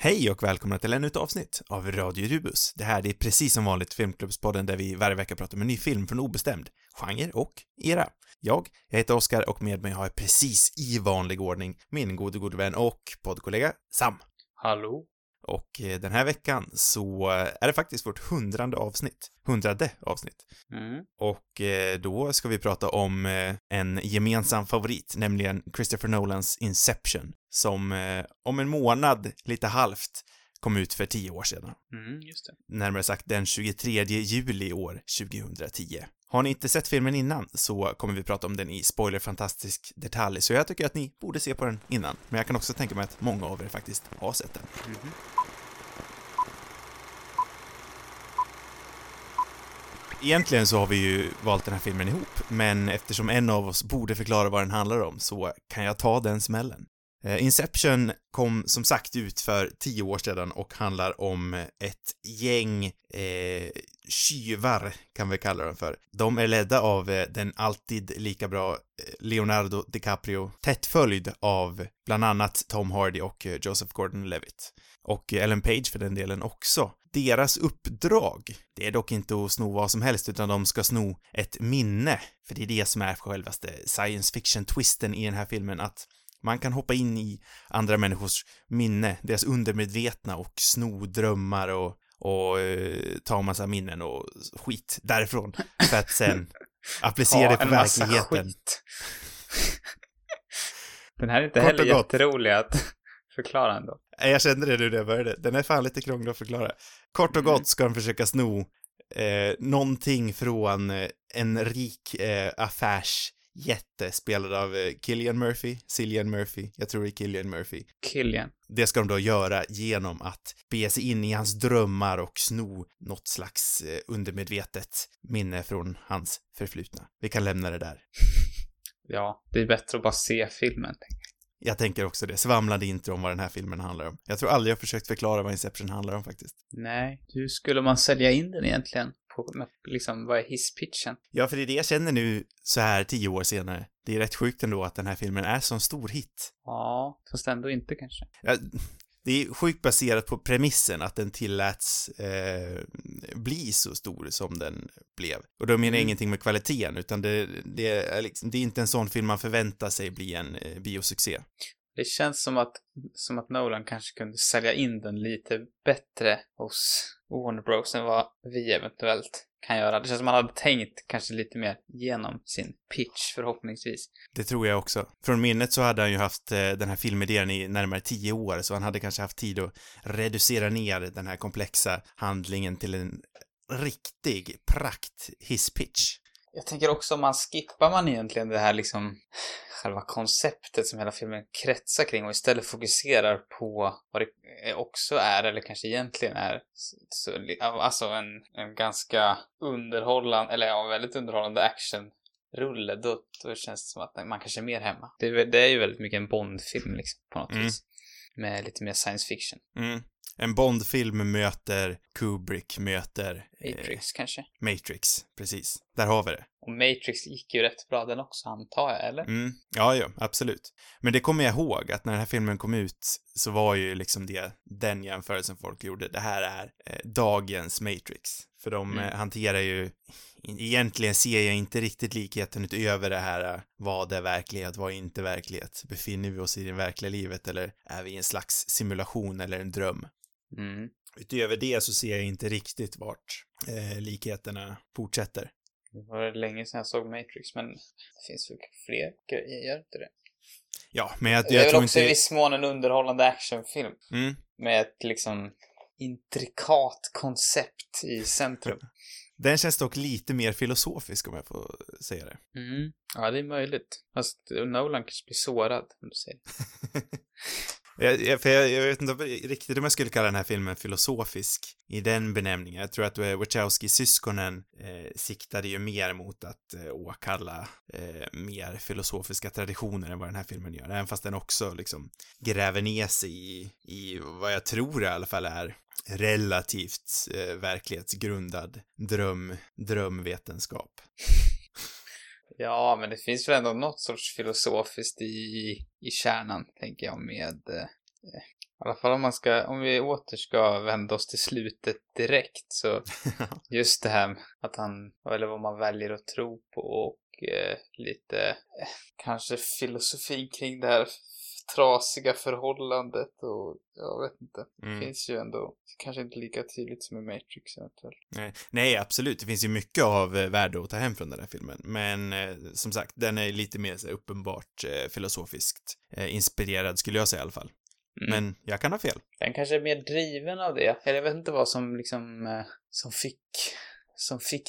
Hej och välkomna till ännu ett avsnitt av Radio Rubus. Det här är precis som vanligt Filmklubbspodden där vi varje vecka pratar om en ny film från obestämd genre och era. Jag heter Oskar och med mig har jag precis i vanlig ordning min gode vän och poddkollega Sam. Hallå. Och den här veckan så är det faktiskt vårt 100:e avsnitt. Och då ska vi prata om en gemensam favorit, nämligen Christopher Nolans Inception, som om en månad, lite halvt, kom ut för 10 år sedan. Just det. Närmare sagt den 23 juli år 2010. Har ni inte sett filmen innan så kommer vi prata om den i spoilerfantastisk detalj, så jag tycker att ni borde se på den innan. Men jag kan också tänka mig att många av er faktiskt har sett den. Egentligen så har vi ju valt den här filmen ihop, men eftersom en av oss borde förklara vad den handlar om så kan jag ta den smällen. Inception kom som sagt ut för 10 år sedan och handlar om ett gäng tjuvar kan vi kalla dem för. De är ledda av den alltid lika bra Leonardo DiCaprio, tätt följd av bland annat Tom Hardy och Joseph Gordon-Levitt. Och Ellen Page för den delen också. Deras uppdrag, det är dock inte att sno vad som helst utan de ska sno ett minne. För det är det som är självaste science fiction-twisten i den här filmen, att man kan hoppa in i andra människors minne, deras undermedvetna och sno drömmar och ta en massa minnen och skit därifrån för att sen applicera det på verkligheten. Skit. Den här är inte heller jätterolig att förklara ändå. Jag kände det nu när jag började. Den är fan lite krånglig att förklara. Kort och gott ska de försöka sno någonting från en rik affärsjätte spelad av Cillian Murphy. Jag tror det är Cillian Murphy. Det ska de då göra genom att bege sig in i hans drömmar och sno något slags undermedvetet minne från hans förflutna. Vi kan lämna det där. Ja, det är bättre att bara se filmen. Jag tänker också det. Svamlade inte om vad den här filmen handlar om. Jag tror aldrig jag försökt förklara vad Inception handlar om faktiskt. Nej, hur skulle man sälja in den egentligen? Liksom, vad är hisspitchen? Ja, för det är det jag känner nu så här 10 år senare. Det är rätt sjukt ändå att den här filmen är så en stor hit. Ja, fast ändå inte kanske. Ja, det är sjukt baserat på premissen att den tilläts bli så stor som den blev. Och då menar jag ingenting med kvaliteten, utan det är inte en sån film man förväntar sig bli en biosuccé. Det känns som att Nolan kanske kunde sälja in den lite bättre hos Warner Bros. Än vad vi eventuellt kan göra. Det känns som att man hade tänkt kanske lite mer genom sin pitch förhoppningsvis. Det tror jag också. Från minnet så hade han ju haft den här filmidén i närmare 10 år, så han hade kanske haft tid att reducera ner den här komplexa handlingen till en riktig hisspitch. Jag tänker också, om man skippar man egentligen det här liksom själva konceptet som hela filmen kretsar kring och istället fokuserar på vad det också är, eller kanske egentligen är alltså en ganska underhållande, eller ja, väldigt underhållande actionrulle, då känns det som att man kanske är mer hemma. Det är ju väldigt mycket en Bond-film liksom, på något vis. Med lite mer science fiction. En Bond-film möter Kubrick, möter Matrix kanske. Matrix, precis. Där har vi det. Och Matrix gick ju rätt bra den också, antar jag, eller? Ja, absolut. Men det kommer jag ihåg att när den här filmen kom ut så var ju liksom den jämförelsen folk gjorde. Det här är dagens Matrix. För de hanterar ju, egentligen ser jag inte riktigt likheten utöver det här, vad är verklighet, vad är inte verklighet? Befinner vi oss i det verkliga livet eller är vi i en slags simulation eller en dröm? Utöver det så ser jag inte riktigt vart likheterna fortsätter. Det var länge sedan jag såg Matrix, men det finns väl fler grejer, gör inte det? Ja, men jag tror inte... Det är också inte... i viss mån en underhållande actionfilm. Med ett liksom intrikat koncept i centrum. Den känns dock lite mer filosofisk om jag får säga det. Ja, det är möjligt. Fast Nolan kanske blir sårad om du säger det. Jag vet inte riktigt om jag skulle kalla den här filmen filosofisk i den benämningen. Jag tror att Wachowski-syskonen siktade ju mer mot att åkalla mer filosofiska traditioner än vad den här filmen gör. Även fast den också liksom gräver ner sig i vad jag tror i alla fall är relativt verklighetsgrundad drömvetenskap. Ja, men det finns väl ändå något sorts filosofiskt i kärnan, tänker jag, med alla fall om vi åter ska vända oss till slutet direkt, så just det här med att eller vad man väljer att tro på och lite kanske filosofin kring det här trasiga förhållandet och jag vet inte. Det finns ju ändå kanske inte lika tydligt som i Matrix eventuellt. Nej, absolut. Det finns ju mycket av värde att ta hem från den här filmen. Men som sagt, den är lite mer så uppenbart filosofiskt inspirerad skulle jag säga i alla fall. Men jag kan ha fel. Den kanske är mer driven av det. Eller jag vet inte vad som liksom som fick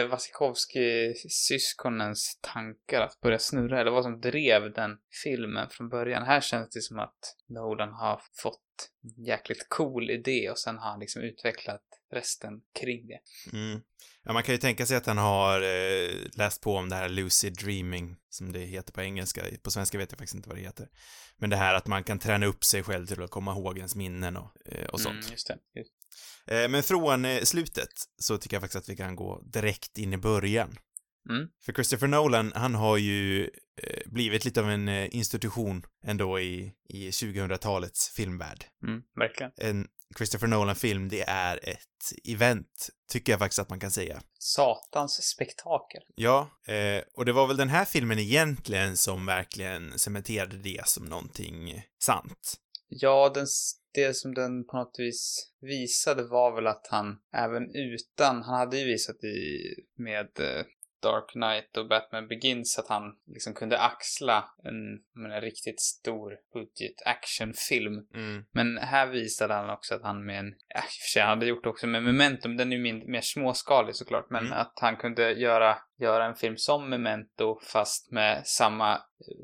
Wachowski-syskonens tankar att börja snurra, eller vad som drev den filmen från början. Här känns det som att Nolan har fått en jäkligt cool idé och sen har han liksom utvecklat resten kring det. Ja, man kan ju tänka sig att han har läst på om det här lucid dreaming, som det heter på engelska. På svenska vet jag faktiskt inte vad det heter. Men det här att man kan träna upp sig själv till att komma ihåg ens minnen och sånt. Just det. Men från slutet så tycker jag faktiskt att vi kan gå direkt in i början. För Christopher Nolan, han har ju blivit lite av en institution ändå i 2000-talets filmvärld. Verkligen. En Christopher Nolan-film, det är ett event, tycker jag faktiskt att man kan säga. Satans spektakel. Ja, och det var väl den här filmen egentligen som verkligen cementerade det som någonting sant. Ja, det som den på något vis visade var väl att han han hade ju visat med Dark Knight och Batman Begins att han liksom kunde axla en riktigt stor budget actionfilm. Men här visade han också att han med han hade gjort också med Memento, den är ju mer småskalig såklart, men att han kunde göra en film som Memento fast med samma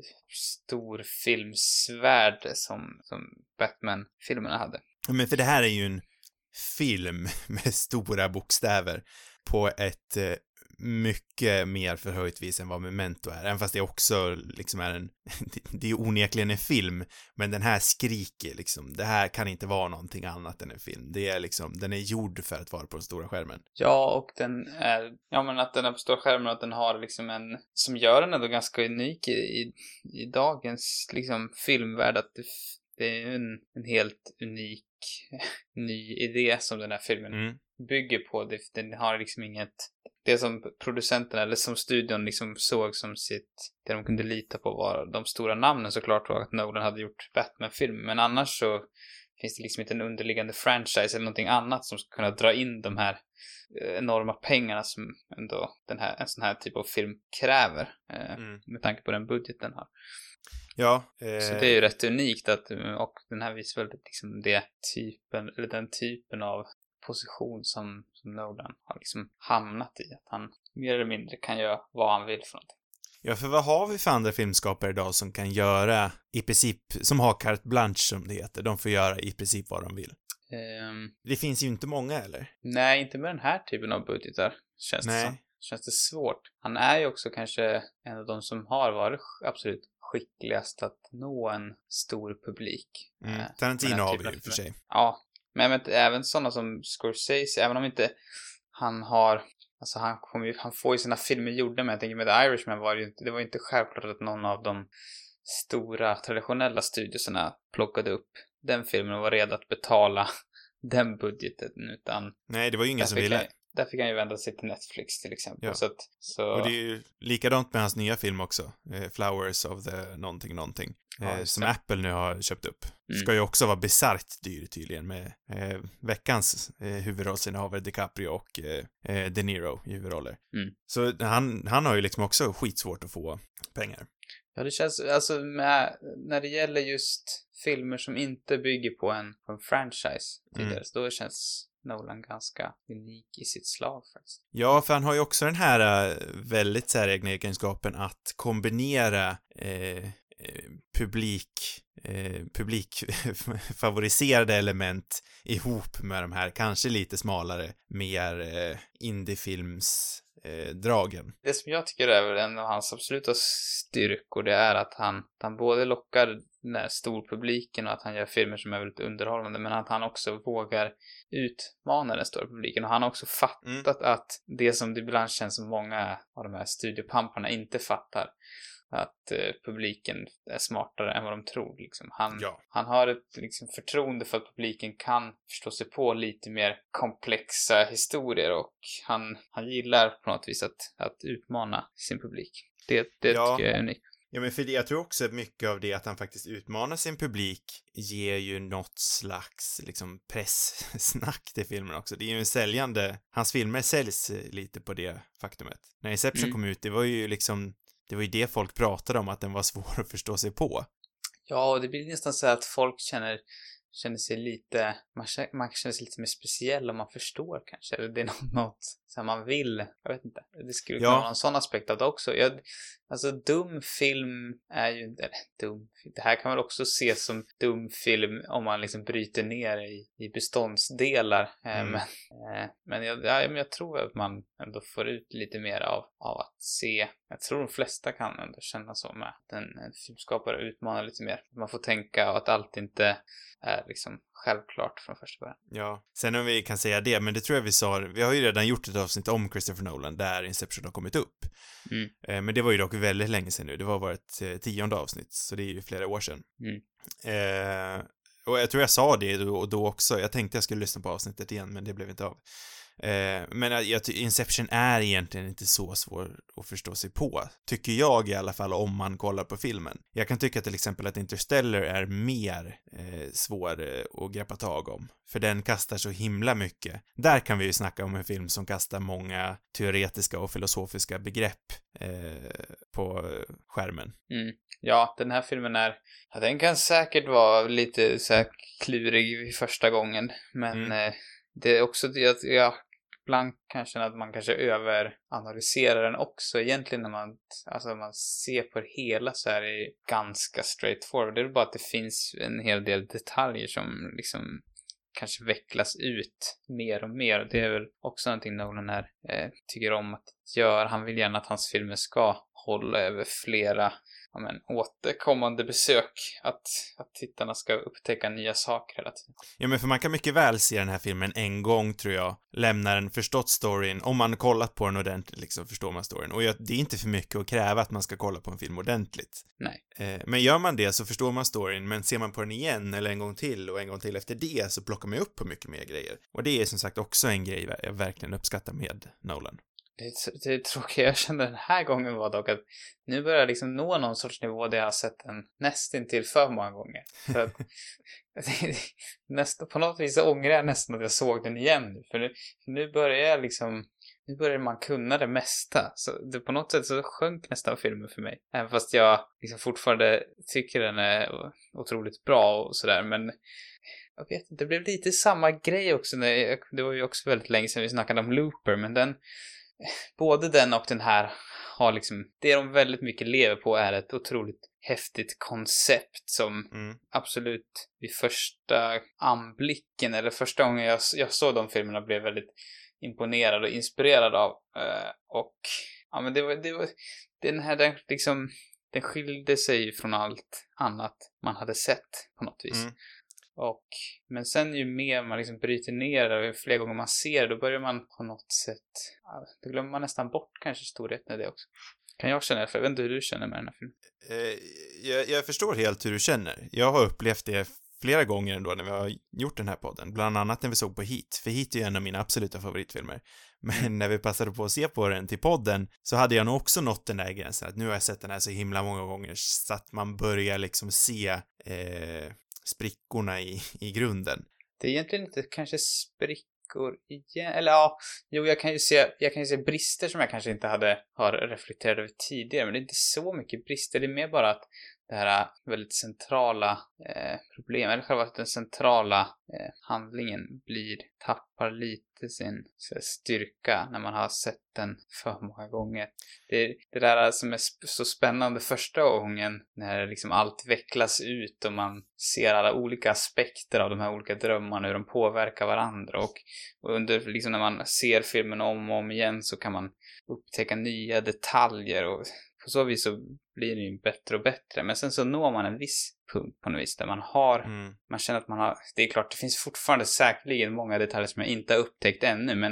stor filmsvärld som Batman-filmerna hade. Men för det här är ju en film med stora bokstäver på ett mycket mer förhöjt vis än vad Memento är. Även fast det också liksom är det är onekligen en film, men den här skriker liksom, det här kan inte vara någonting annat än en film. Det är liksom, den är gjord för att vara på den stora skärmen. Ja, och men att den är på stora skärmen och att den har liksom som gör den ändå ganska unik i dagens liksom filmvärld, att det är en helt unik ny idé som den här filmen bygger på. Den har liksom det som producenterna eller som studion liksom såg som det de kunde lita på var de stora namnen, såklart var att Nolan hade gjort Batman-film, men annars så finns det liksom inte en underliggande franchise eller någonting annat som ska kunna dra in de här enorma pengarna som ändå en sån här typ av film kräver med tanke på den budgeten den har. Ja, så det är ju rätt unikt och den här visar väl liksom den typen av position som Nolan har liksom hamnat i, att han mer eller mindre kan göra vad han vill för någonting. Ja, för vad har vi för andra filmskapare idag som kan göra i princip, som har carte blanche som det heter, de får göra i princip vad de vill? Det finns ju inte många, eller? Nej, inte med den här typen av budgetar, känns det svårt. Han är ju också kanske en av de som har varit absolut skickligast att nå en stor publik. Tarantino har vi ju för sig. Ja, men även sådana som Scorsese, även om inte han har, alltså han får ju sina filmer gjorda, men jag tänker med The Irishman det var ju inte självklart att någon av de stora traditionella studioserna plockade upp den filmen och var redo att betala den budgeten, utan nej, det var ju ingen som ville. Där fick han ju vända sig till Netflix till exempel. Ja. Så... Och det är ju likadant med hans nya film också. Flowers of the någonting. Som Apple nu har köpt upp. Ska ju också vara bisarrt dyr tydligen med veckans huvudrollsinnehavare DiCaprio och De Niro i huvudroller. Så han har ju liksom också skitsvårt att få pengar. Ja, det känns, alltså när det gäller just filmer som inte bygger på en franchise tidigare, så då känns Nolan ganska unik i sitt slag faktiskt. Ja, för han har ju också den här väldigt säregna egenskapen att kombinera publikfavoriserade element ihop med de här kanske lite smalare, mer indiefilmsdragen. Det som jag tycker är en av hans absoluta styrkor, det är att han både lockar den här storpubliken och att han gör filmer som är väldigt underhållande, men att han också vågar utmana den stora publiken, och han har också fattat att det som det ibland känns som många av de här studiopamparna inte fattar, publiken är smartare än vad de tror. Liksom. Ja. Han har ett liksom, förtroende för att publiken kan förstå sig på lite mer komplexa historier och han gillar på något vis att utmana sin publik. Det tycker jag är unikt. Ja, men för jag tror också att mycket av det att han faktiskt utmanar sin publik ger ju något slags liksom presssnack till filmen också. Det är ju en säljande, hans filmer säljs lite på det faktumet. När Inception kom ut, det var ju det folk pratade om, att den var svår att förstå sig på. Ja, och det blir nästan så att folk känner sig lite, man känner sig lite mer speciell om man förstår kanske, eller det är något så man vill, jag vet inte, det skulle kunna vara en sån aspekt av det också. Alltså dum film är ju, eller dum, det här kan man också ses som dum film om man liksom bryter ner i beståndsdelar, men jag tror att man ändå får ut lite mer av att se. Jag tror de flesta kan ändå känna så med att en filmskapare utmanar lite mer. Man får tänka att allt inte är liksom självklart från första början. Ja, sen om vi kan säga det, men det tror jag vi sa, vi har ju redan gjort ett avsnitt om Christopher Nolan där Inception har kommit upp. Men det var ju dock väldigt länge sedan nu, det var vårt 10:e avsnitt, så det är ju flera år sedan. Och jag tror jag sa det då också, jag tänkte jag skulle lyssna på avsnittet igen, men det blev inte av. Men Inception är egentligen inte så svår att förstå sig på, tycker jag i alla fall, om man kollar på filmen. Jag kan tycka till exempel att Interstellar är mer svår att greppa tag om, för den kastar så himla mycket. Där kan vi ju snacka om en film som kastar många teoretiska och filosofiska begrepp på skärmen. Ja, den här filmen den kan säkert vara lite så här klurig i första gången, men det är också det att jag ibland kan känna att man kanske överanalyserar den också. Egentligen när man ser på det hela så är det ganska straightforward. Det är bara att det finns en hel del detaljer som liksom kanske vecklas ut mer och mer. Det är väl också någonting Nolan tycker om att göra. Han vill gärna att hans filmer ska hålla över flera återkommande besök, att tittarna ska upptäcka nya saker hela tiden. Ja, men för man kan mycket väl se den här filmen en gång, tror jag, lämna den förstått storyn, om man kollat på den ordentligt liksom, förstår man storyn. Och det är inte för mycket att kräva att man ska kolla på en film ordentligt. Nej. Men gör man det så förstår man storyn, men ser man på den igen eller en gång till och en gång till efter det, så plockar man upp på mycket mer grejer. Och det är som sagt också en grej jag verkligen uppskattar med Nolan. Det tråkiga jag kände den här gången var dock att nu börjar jag liksom nå någon sorts nivå där jag har sett den nästintill för många gånger. För att på något vis ångrar jag nästan att jag såg den igen. För nu börjar man kunna det mesta. Så det, på något sätt så sjönk nästan filmen för mig. Även fast jag liksom fortfarande tycker den är otroligt bra och sådär. Men jag vet inte, det blev lite samma grej också. Det var ju också väldigt länge sedan vi snackade om Looper. Men både den och den här har liksom, det de väldigt mycket lever på är ett otroligt häftigt koncept som absolut vid första anblicken eller första gången jag såg de filmerna blev väldigt imponerad och inspirerad av. Och ja, men det var den skilde sig från allt annat man hade sett på något vis. Men sen ju mer man liksom bryter ner det och fler gånger man ser det, då börjar man på något sätt, då glömmer man nästan bort kanske storheten i det också. Kan jag känna det, för jag vet inte hur du känner med den här filmen. Jag förstår helt hur du känner. Jag har upplevt det flera gånger ändå när vi har gjort den här podden. Bland annat när vi såg på Heat. För Heat är ju en av mina absoluta favoritfilmer. Men när vi passade på att se på den till podden så hade jag nog också nått den där gränsen. Att nu har jag sett den här så himla många gånger så att man börjar liksom se sprickorna i grunden. Det är egentligen inte kanske sprickor igen. Eller ja, jo, jag kan ju se brister som jag kanske inte har reflekterat över tidigare. Men det är inte så mycket brister. Det är mer bara att det här väldigt centrala problem, eller själva den centrala handlingen tappar lite sin styrka när man har sett den för många gånger. Det där som är så spännande första gången när liksom allt vecklas ut och man ser alla olika aspekter av de här olika drömmarna, hur de påverkar varandra, och under liksom när man ser filmen om och om igen så kan man upptäcka nya detaljer, och på så vis så blir det ju bättre och bättre. Men sen så når man en viss punkt på något vis där man känner att man har, det är klart det finns fortfarande säkerligen många detaljer som jag inte har upptäckt ännu, men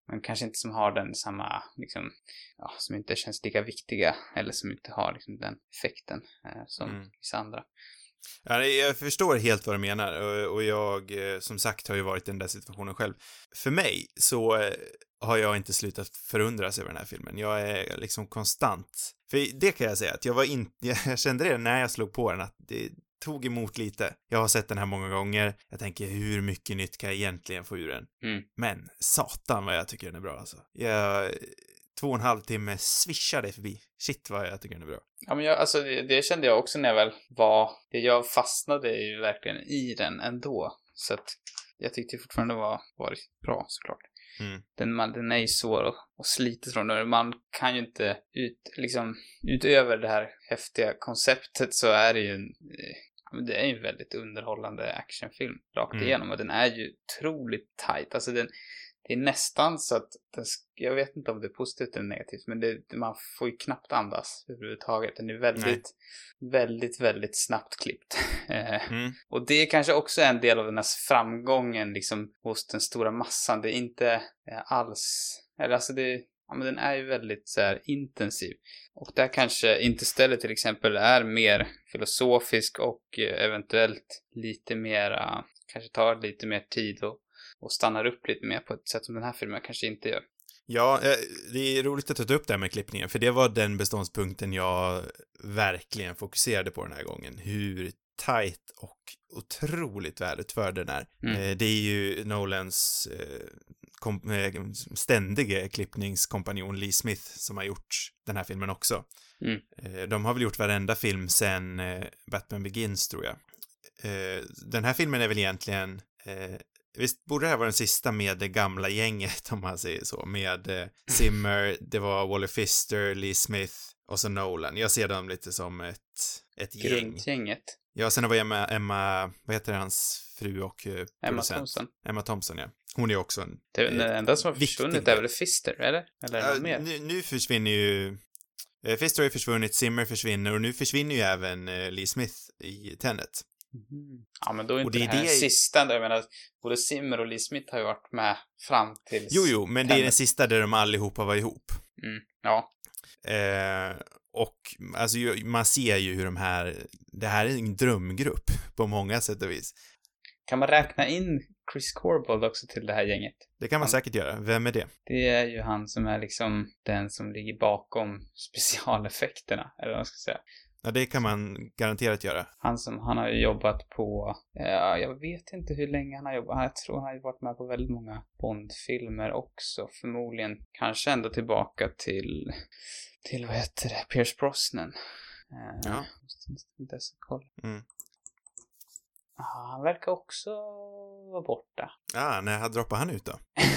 men kanske inte som har den samma, liksom, ja, som inte känns lika viktiga, eller som inte har liksom den effekten som vissa andra. Ja, jag förstår helt vad du menar och jag som sagt har ju varit i den där situationen själv. För mig så har jag inte slutat förundras över den här filmen. Jag är liksom konstant. För det kan jag säga att jag kände det när jag slog på den, att det tog emot lite. Jag har sett den här många gånger. Jag tänker, hur mycket nytt kan jag egentligen få ur den? Men satan vad jag tycker den är bra alltså. 2,5 timme swishade förbi. Shit vad jag tycker den är bra. Ja, men alltså det kände jag också när jag väl jag fastnade ju verkligen i den ändå. Så att jag tyckte fortfarande var bra såklart. Den är ju svår att slita från. Man kan ju inte utöver det här häftiga konceptet så är det ju det är ju en väldigt underhållande actionfilm rakt igenom, och den är ju otroligt tight. Alltså det är nästan så att jag vet inte om det är positivt eller negativt, men man får ju knappt andas överhuvudtaget. Den är väldigt, väldigt, väldigt snabbt klippt. Och det är kanske också en del av den här framgången liksom hos den stora massan. Det är inte alls, eller alltså men den är ju väldigt så här intensiv. Och där kanske Interstellar till exempel är mer filosofisk och eventuellt lite mer, kanske tar lite mer tid och stannar upp lite mer på ett sätt som den här filmen kanske inte gör. Ja, det är roligt att ta upp det här med klippningen, för det var den beståndspunkten jag verkligen fokuserade på den här gången. Hur tight och otroligt välutförd den är. Det är ju Nolans ständige klippningskompanjon Lee Smith som har gjort den här filmen också. De har väl gjort varenda film sen Batman Begins, tror jag. Den här filmen är väl egentligen visst borde det här vara den sista med det gamla gänget, om man säger så, med Zimmer, det var Wally Pfister, Lee Smith och så Nolan. Jag ser dem lite som ett gäng. Grundgänget. Ja, sen har vi Emma, vad heter hans fru och producent? Emma Thompson, ja. Hon är också en den enda som har försvunnit är väl Pfister, eller är det mer? Nu försvinner ju Pfister har ju försvunnit, Zimmer försvinner och nu försvinner ju även Lee Smith i Tenet. Ja, men då är inte det här sista där, jag menar, både Zimmer och Lee Smith har ju varit med fram till. Jo, men det är den sista där de allihopa var ihop. Ja. Och alltså man ser ju hur det här är en drömgrupp på många sätt och vis. Kan man räkna in Chris Corbold också till det här gänget? Det kan man säkert göra. Vem är det? Det är ju han som är liksom den som ligger bakom specialeffekterna, eller vad man ska säga. Ja, det kan man garanterat göra. Han har ju jobbat på, jag vet inte hur länge han har jobbat. Jag tror han har varit med på väldigt många Bond-filmer också. Förmodligen kanske ändå tillbaka till vad heter det? Pierce Brosnan. Ja. Inte ens kolla. Han verkar också vara borta. När droppade han ut då?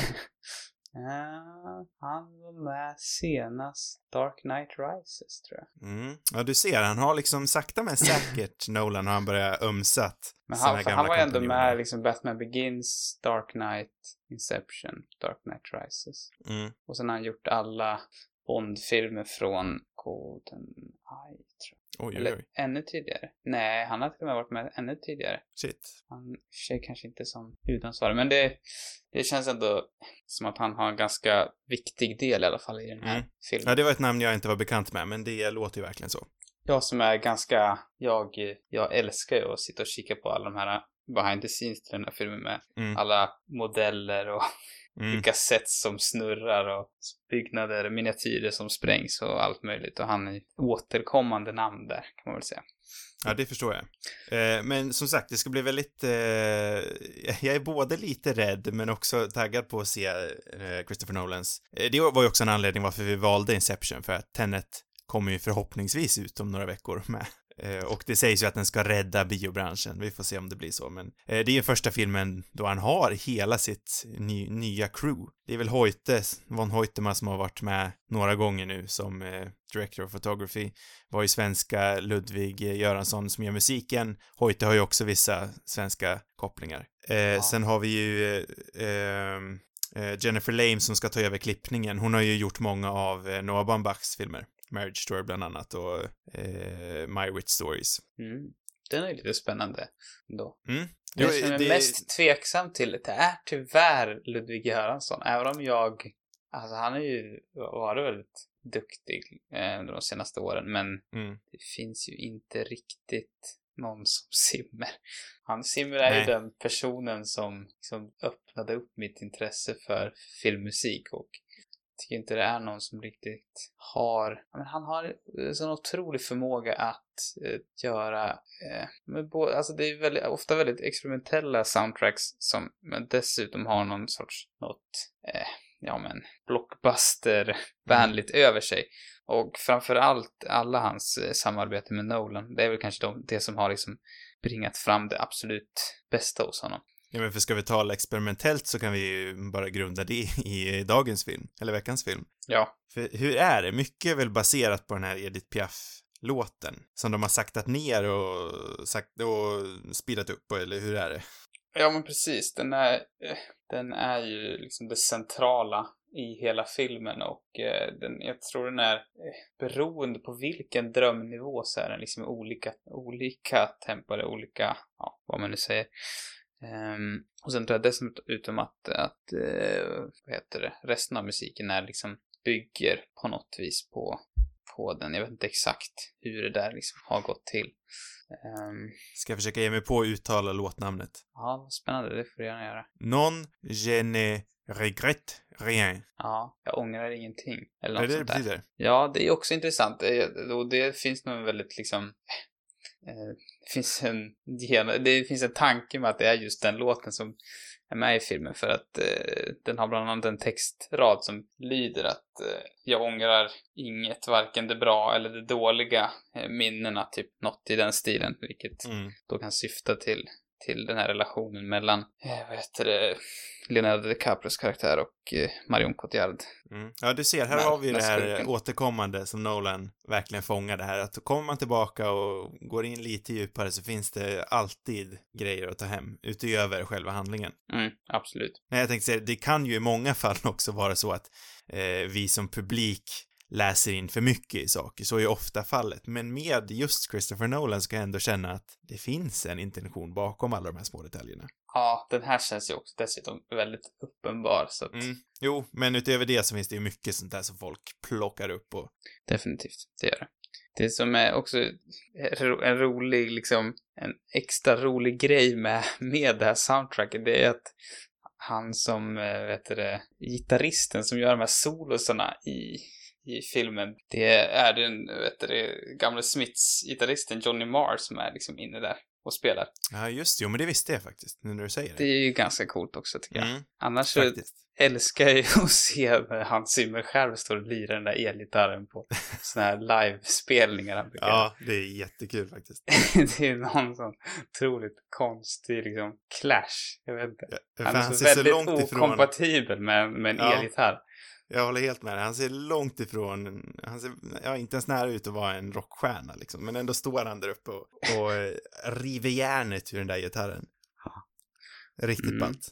Han var med senast Dark Knight Rises, tror jag. Ja, du ser, han har liksom sakta men säkert Nolan har han börjat ömsat. Men han var ändå med liksom Batman Begins, Dark Knight, Inception, Dark Knight Rises. Och sen har han gjort alla Bond-filmer från GoldenEye, tror jag. Eller ännu tidigare. Nej, han har till och med varit med ännu tidigare. Shit. Han i och för sig kanske inte som huvudansvarig, men det känns ändå som att han har en ganska viktig del i alla fall i den här filmen. Ja, det var ett namn jag inte var bekant med, men det låter ju verkligen så. Jag som är ganska, jag älskar ju att sitta och kika på alla de här behind the scenes till den här filmen med alla modeller och vilka sätt som snurrar och byggnader, miniatyrer som sprängs och allt möjligt. Och han är återkommande namn där, kan man väl säga. Ja, det förstår jag. Men som sagt, det ska bli väldigt... jag är både lite rädd men också taggad på att se Christopher Nolans. Det var ju också en anledning varför vi valde Inception, för att Tenet kommer ju förhoppningsvis ut om några veckor med. Och det sägs ju att den ska rädda biobranschen. Vi får se om det blir så. Men det är ju första filmen då han har hela sitt nya crew. Det är väl Von Hoytema som har varit med några gånger nu som director of photography. Var ju svenska Ludvig Göransson som gör musiken. Hoyte har ju också vissa svenska kopplingar. Sen har vi ju Jennifer Lame som ska ta över klippningen. Hon har ju gjort många av Noah Baumbachs filmer. Marriage Story bland annat och My Witch Stories. Den är lite spännande ändå. Jo, Det som är mest tveksam till det är tyvärr Ludwig Göransson. Även om alltså han är ju varit väldigt duktig under de senaste åren. Men det finns ju inte riktigt någon som Simmer. Simmer är ju den personen som öppnade upp mitt intresse för filmmusik. Och jag tycker inte det är någon som riktigt har... Men han har en sån otrolig förmåga att göra... alltså det är ofta väldigt experimentella soundtracks som men dessutom har någon sorts... blockbuster-vänligt över sig. Och framförallt alla hans samarbete med Nolan. Det är väl kanske det som har liksom bringat fram det absolut bästa hos honom. Ja, men för ska vi tala experimentellt så kan vi ju bara grunda det i dagens film, eller veckans film. Ja. För hur är det? Mycket är väl baserat på den här Edith Piaf-låten som de har saktat ner och speedat upp, eller hur är det? Ja, men precis. Den är ju liksom det centrala i hela filmen och jag tror den är beroende på vilken drömnivå så är den liksom olika tempor, olika, vad man nu säger. Och sen tror jag dessutom att resten av musiken är liksom bygger på något vis på den. Jag vet inte exakt hur det där liksom har gått till. Ska jag försöka ge mig på att uttala låtnamnet? Ja, spännande, det får du gärna göra. Non, je ne regrette rien. Ja, jag ångrar ingenting. Eller Vad något är det betyder? Ja, det är också intressant. Och det finns nog väldigt liksom... Det finns en tanke med att det är just den låten som är med i filmen för att den har bland annat en textrad som lyder att jag ångrar inget, varken det bra eller det dåliga minnena, typ något i den stilen, vilket då kan syfta till den här relationen mellan Leonardo DiCaprios karaktär och Marion Cotillard. Ja, du ser, här har vi det här återkommande som Nolan verkligen fångar det här. Att kommer man tillbaka och går in lite djupare så finns det alltid grejer att ta hem utöver själva handlingen. Absolut. Men jag tänkte säga, det kan ju i många fall också vara så att vi som publik läser in för mycket i saker. Så är ju ofta fallet. Men med just Christopher Nolan så kan jag ändå känna att det finns en intention bakom alla de här små detaljerna. Ja, den här känns ju också dessutom väldigt uppenbar. Så att... Jo, men utöver det så finns det ju mycket sånt där som folk plockar upp. Definitivt, det gör det. Det som är också en rolig, liksom, en extra rolig grej med det här soundtracket, det är att han som, gitarristen som gör de här solosarna i filmen, det är den, gamla Smiths-gitarristen Johnny Marr som är liksom inne där och spelar. Ja, just det. Jo, men det visste jag faktiskt, nu när du säger det. Det är ju ganska coolt också, tycker jag. Annars så älskar jag ju att se när Hans Zimmer själv står och lirar den där elgitarren på såna här live-spelningar. Ja, det är jättekul faktiskt. Det är någon sån otroligt konstig liksom clash. Jag vet inte. Han är så väldigt okompatibel med en elgitarr. Jag håller helt med dig. Han ser långt ifrån, inte ens nära ut att vara en rockstjärna liksom, men ändå står han där uppe och river järnet ur den där gitarren. Riktigt ballt.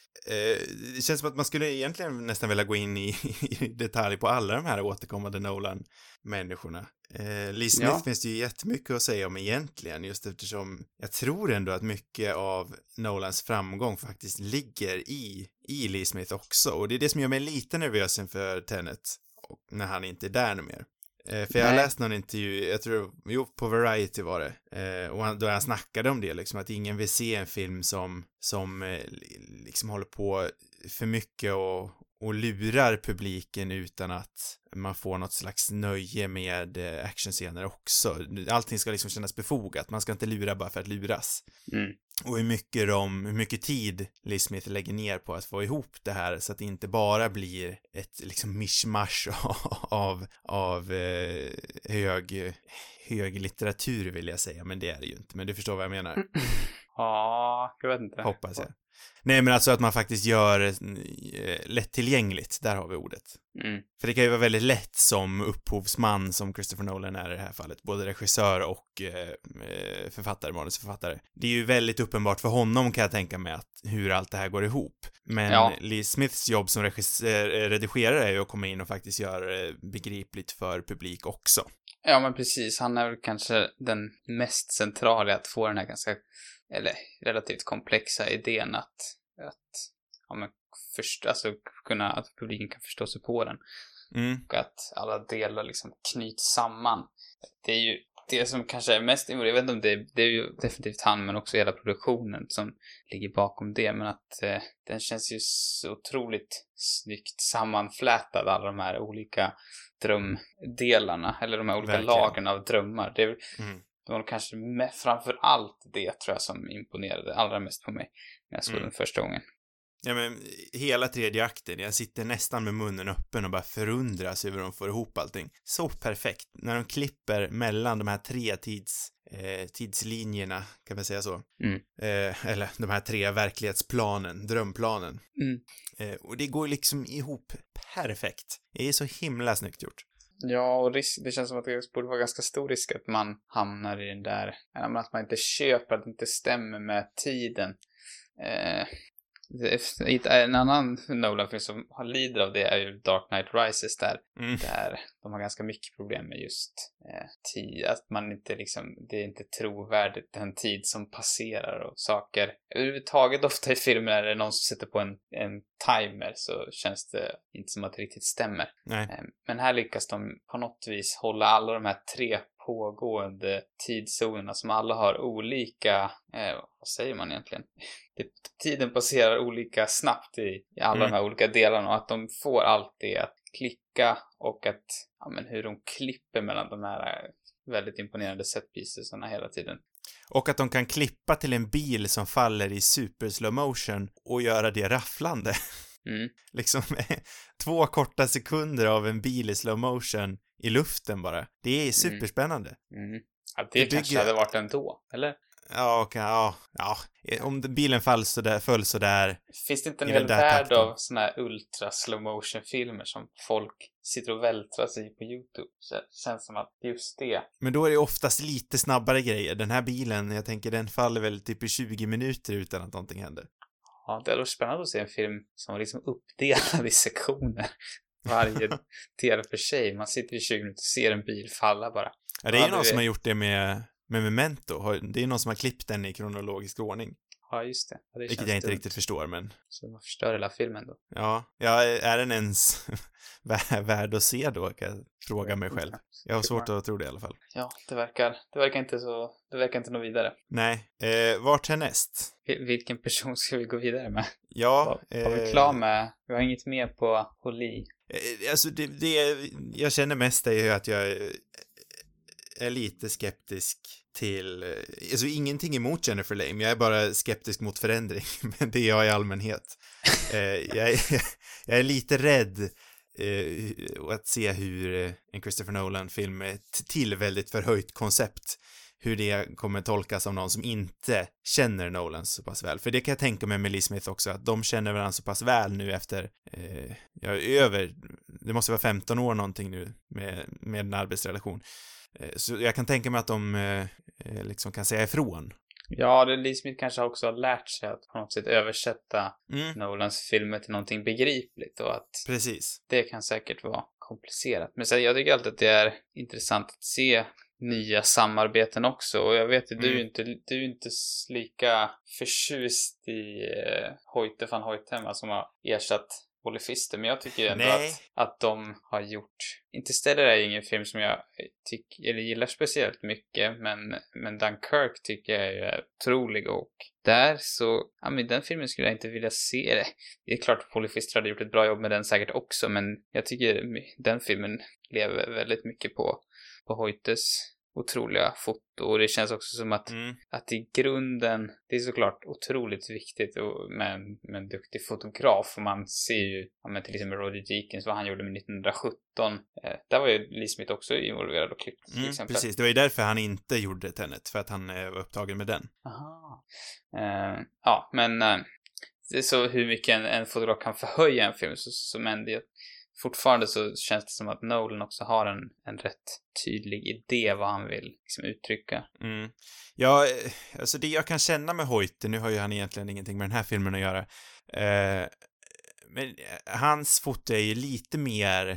Det känns som att man skulle egentligen nästan vilja gå in i detalj på alla de här återkommande Nolan-människorna. Lee Smith finns det ju jättemycket att säga om egentligen, just eftersom jag tror ändå att mycket av Nolans framgång faktiskt ligger i Lee Smith också, och det är det som gör mig lite nervös inför Tenet när han inte är där mer. För jag har läst någon intervju, jag tror, på Variety var det, och då han snackade om det liksom, att ingen vill se en film som liksom håller på för mycket och lurar publiken utan att man får något slags nöje med actionscener också. Allting ska liksom kännas befogat, man ska inte lura bara för att luras. Och hur mycket tid Lee Smith lägger ner på att få ihop det här så att det inte bara blir ett liksom mishmash av hög litteratur, vill jag säga, men det är det ju inte. Men du förstår vad jag menar. Ja, jag vet inte. Hoppas jag. Nej, men alltså att man faktiskt gör lättillgängligt, där har vi ordet. För det kan ju vara väldigt lätt som upphovsman, som Christopher Nolan är i det här fallet, både regissör och manusförfattare. Det är ju väldigt uppenbart för honom, kan jag tänka mig, att hur allt det här går ihop. Men Lee Smiths jobb som redigerare är ju att komma in och faktiskt göra det begripligt för publik också. Ja, men precis. Han är väl kanske den mest centrala att få den här ganska, eller relativt komplexa idén att ja, men alltså kunna, att publiken kan förstå sig på den. Och att alla delar liksom knyts samman. Det är ju det som kanske är mest, jag vet inte om det är ju definitivt han, men också hela produktionen som ligger bakom det, men att den känns ju så otroligt snyggt sammanflätad, alla de här olika drömdelarna, eller de här olika lagen av drömmar. Det var kanske framför allt det, tror jag, som imponerade allra mest på mig när jag såg den första gången. Ja, men hela tredje akten, jag sitter nästan med munnen öppen och bara förundras över hur de får ihop allting. Så perfekt. När de klipper mellan de här tre tidslinjerna, kan man säga så. Eller de här tre verklighetsplanen, drömplanen. Och det går liksom ihop perfekt. Det är så himla snyggt gjort. Ja, och det känns som att det borde vara ganska stor risk att man hamnar i den där, att man inte köper, att det inte stämmer med tiden. En annan Nolan-film som har lider av det är ju Dark Knight Rises, där de har ganska mycket problem med just tid, att man inte liksom, det är inte trovärdigt den tid som passerar och saker. Överhuvudtaget ofta i filmer när det är någon som sätter på en timer, så känns det inte som att det riktigt stämmer. Men här lyckas de på något vis hålla alla de här tre pågående tidszonerna som alla har olika, vad säger man egentligen? Tiden passerar olika snabbt i alla de här olika delarna, och att de får allt det att klicka, och att hur de klipper mellan de här väldigt imponerande setpiecesarna hela tiden. Och att de kan klippa till en bil som faller i super slow motion och göra det rafflande. Liksom 2 korta sekunder av en bil i slow motion i luften bara. Det är superspännande. Ja, det kanske hade varit ändå, eller? Ja. Om bilen föll så där. Finns det inte en hel värld av såna här ultra slow motion filmer som folk sitter och vältrar sig i på YouTube? Så känns som att just det. Men då är det oftast lite snabbare grejer. Den här bilen, jag tänker, den faller väl typ i 20 minuter utan att någonting händer. Ja, det är då spännande att se en film som är liksom uppdelad i sektioner. Varje del för sig. Man sitter i 20 minuter och ser en bil falla bara. Ja, det är ju någon som har gjort det med Memento. Det är någon som har klippt den i kronologisk ordning. Ja, just det. Ja, vilket jag inte riktigt förstår, men... Så man förstör hela filmen då. Ja, är den ens värd att se då, kan jag fråga mig själv. Jag har svårt att tro det i alla fall. Ja, det verkar inte nå vidare. Nej, vart härnäst? Vilken person ska vi gå vidare med? Ja. Var vi klar med? Vi har inget mer på Li. Alltså, det jag känner mest är ju att jag är lite skeptisk till, alltså ingenting emot Jennifer Lame, jag är bara skeptisk mot förändring, men det är jag i allmänhet. Jag är lite rädd att se hur en Christopher Nolan-film med till väldigt förhöjt koncept, hur det kommer tolkas av någon som inte känner Nolan så pass väl. För det kan jag tänka mig med Lee Smith också, att de känner varandra så pass väl nu efter, det måste vara 15 år någonting nu med en arbetsrelation. Så jag kan tänka mig att de liksom kan säga ifrån. Ja, Lee Smith kanske också har lärt sig att på något sätt översätta Nolans filmer till någonting begripligt, och att precis. Det kan säkert vara komplicerat. Men så jag tycker alltid att det är intressant att se nya samarbeten också, och jag vet att du är inte lika förtjust i Hoyte van Hoytema som har ersatt Olifister, men jag tycker ändå att de har gjort... Interstellar är ingen film som jag gillar speciellt mycket, men Dunkirk tycker jag är otrolig, och där så, den filmen skulle jag inte vilja se det. Det är klart att Olifister hade gjort ett bra jobb med den säkert också, men jag tycker den filmen lever väldigt mycket på Hoytes otroliga foto, och det känns också som att i grunden, det är såklart otroligt viktigt med en duktig fotograf, och man ser ju till exempel Roger Deakins, vad han gjorde med 1917, där var ju Lee Smith också involverad och klippt till exempel. Precis, det var ju därför han inte gjorde Tenet, för att han var upptagen med den. Aha. Ja, men det är så hur mycket en fotograf kan förhöja en film, så men det fortfarande så känns det som att Nolan också har en rätt tydlig idé vad han vill liksom uttrycka. Ja, alltså det jag kan känna med Hoyte, nu har ju han egentligen ingenting med den här filmen att göra, men hans foto är ju lite mer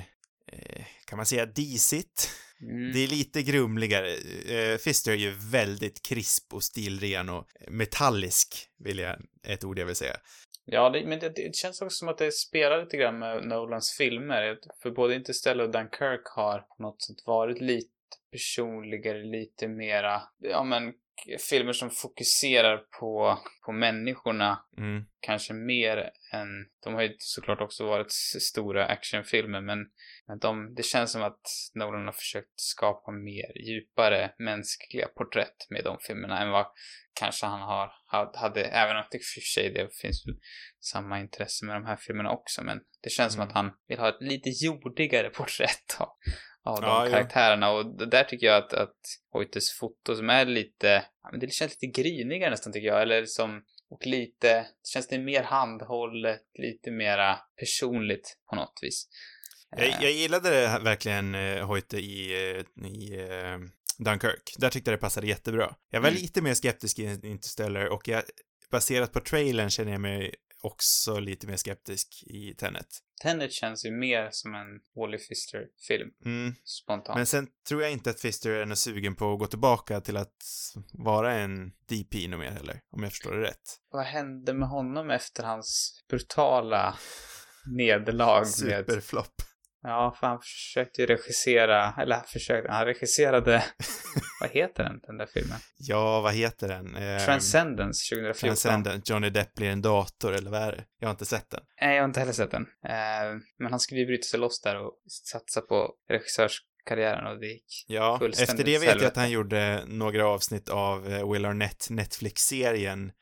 kan man säga disigt. Mm. Det är lite grumligare. Pfister är ju väldigt krisp och stilren och metallisk, är ett ord jag vill säga. Ja, men det känns också som att det spelar lite grann med Nolans filmer. För både Interstellar och Dunkirk har på något sätt varit lite personligare, lite mera, ja men, filmer som fokuserar på människorna. Kanske mer än, de har ju såklart också varit stora actionfilmer, men det känns som att Nolan har försökt skapa mer djupare mänskliga porträtt med de filmerna än vad kanske han hade, även om det för sig det finns väl samma intresse med de här filmerna också, men det känns som att han vill ha ett lite jordigare porträtt av de karaktärerna. Och där tycker jag att Hoytes foto som är lite, men det känns lite grinigare nästan tycker jag, eller som, och lite, det känns det mer handhållet, lite mera personligt på något vis. Jag gillade det verkligen Hoyte i Dunkirk. Där tyckte jag det passade jättebra. Jag var lite mer skeptisk i Interstellar, och baserat på trailern känner jag mig också lite mer skeptisk i Tenet. Tenet känns ju mer som en Wally Pfister-film. Spontant. Men sen tror jag inte att Pfister är något sugen på att gå tillbaka till att vara en DP nog mer heller, om jag förstår det rätt. Vad hände med honom efter hans brutala nederlag? Superflopp. Ja, för han försökte ju regissera, han regisserade, vad heter den där filmen? Ja, vad heter den? Transcendence 2014. Transcendence, Johnny Depp blir en dator, eller vad är det? Jag har inte sett den. Nej, jag har inte heller sett den. Men han skulle ju bryta sig loss där och satsa på regissörskarriären, och det gick fullständigt. Efter det vet jag att han gjorde några avsnitt av Will Arnett Netflix-serien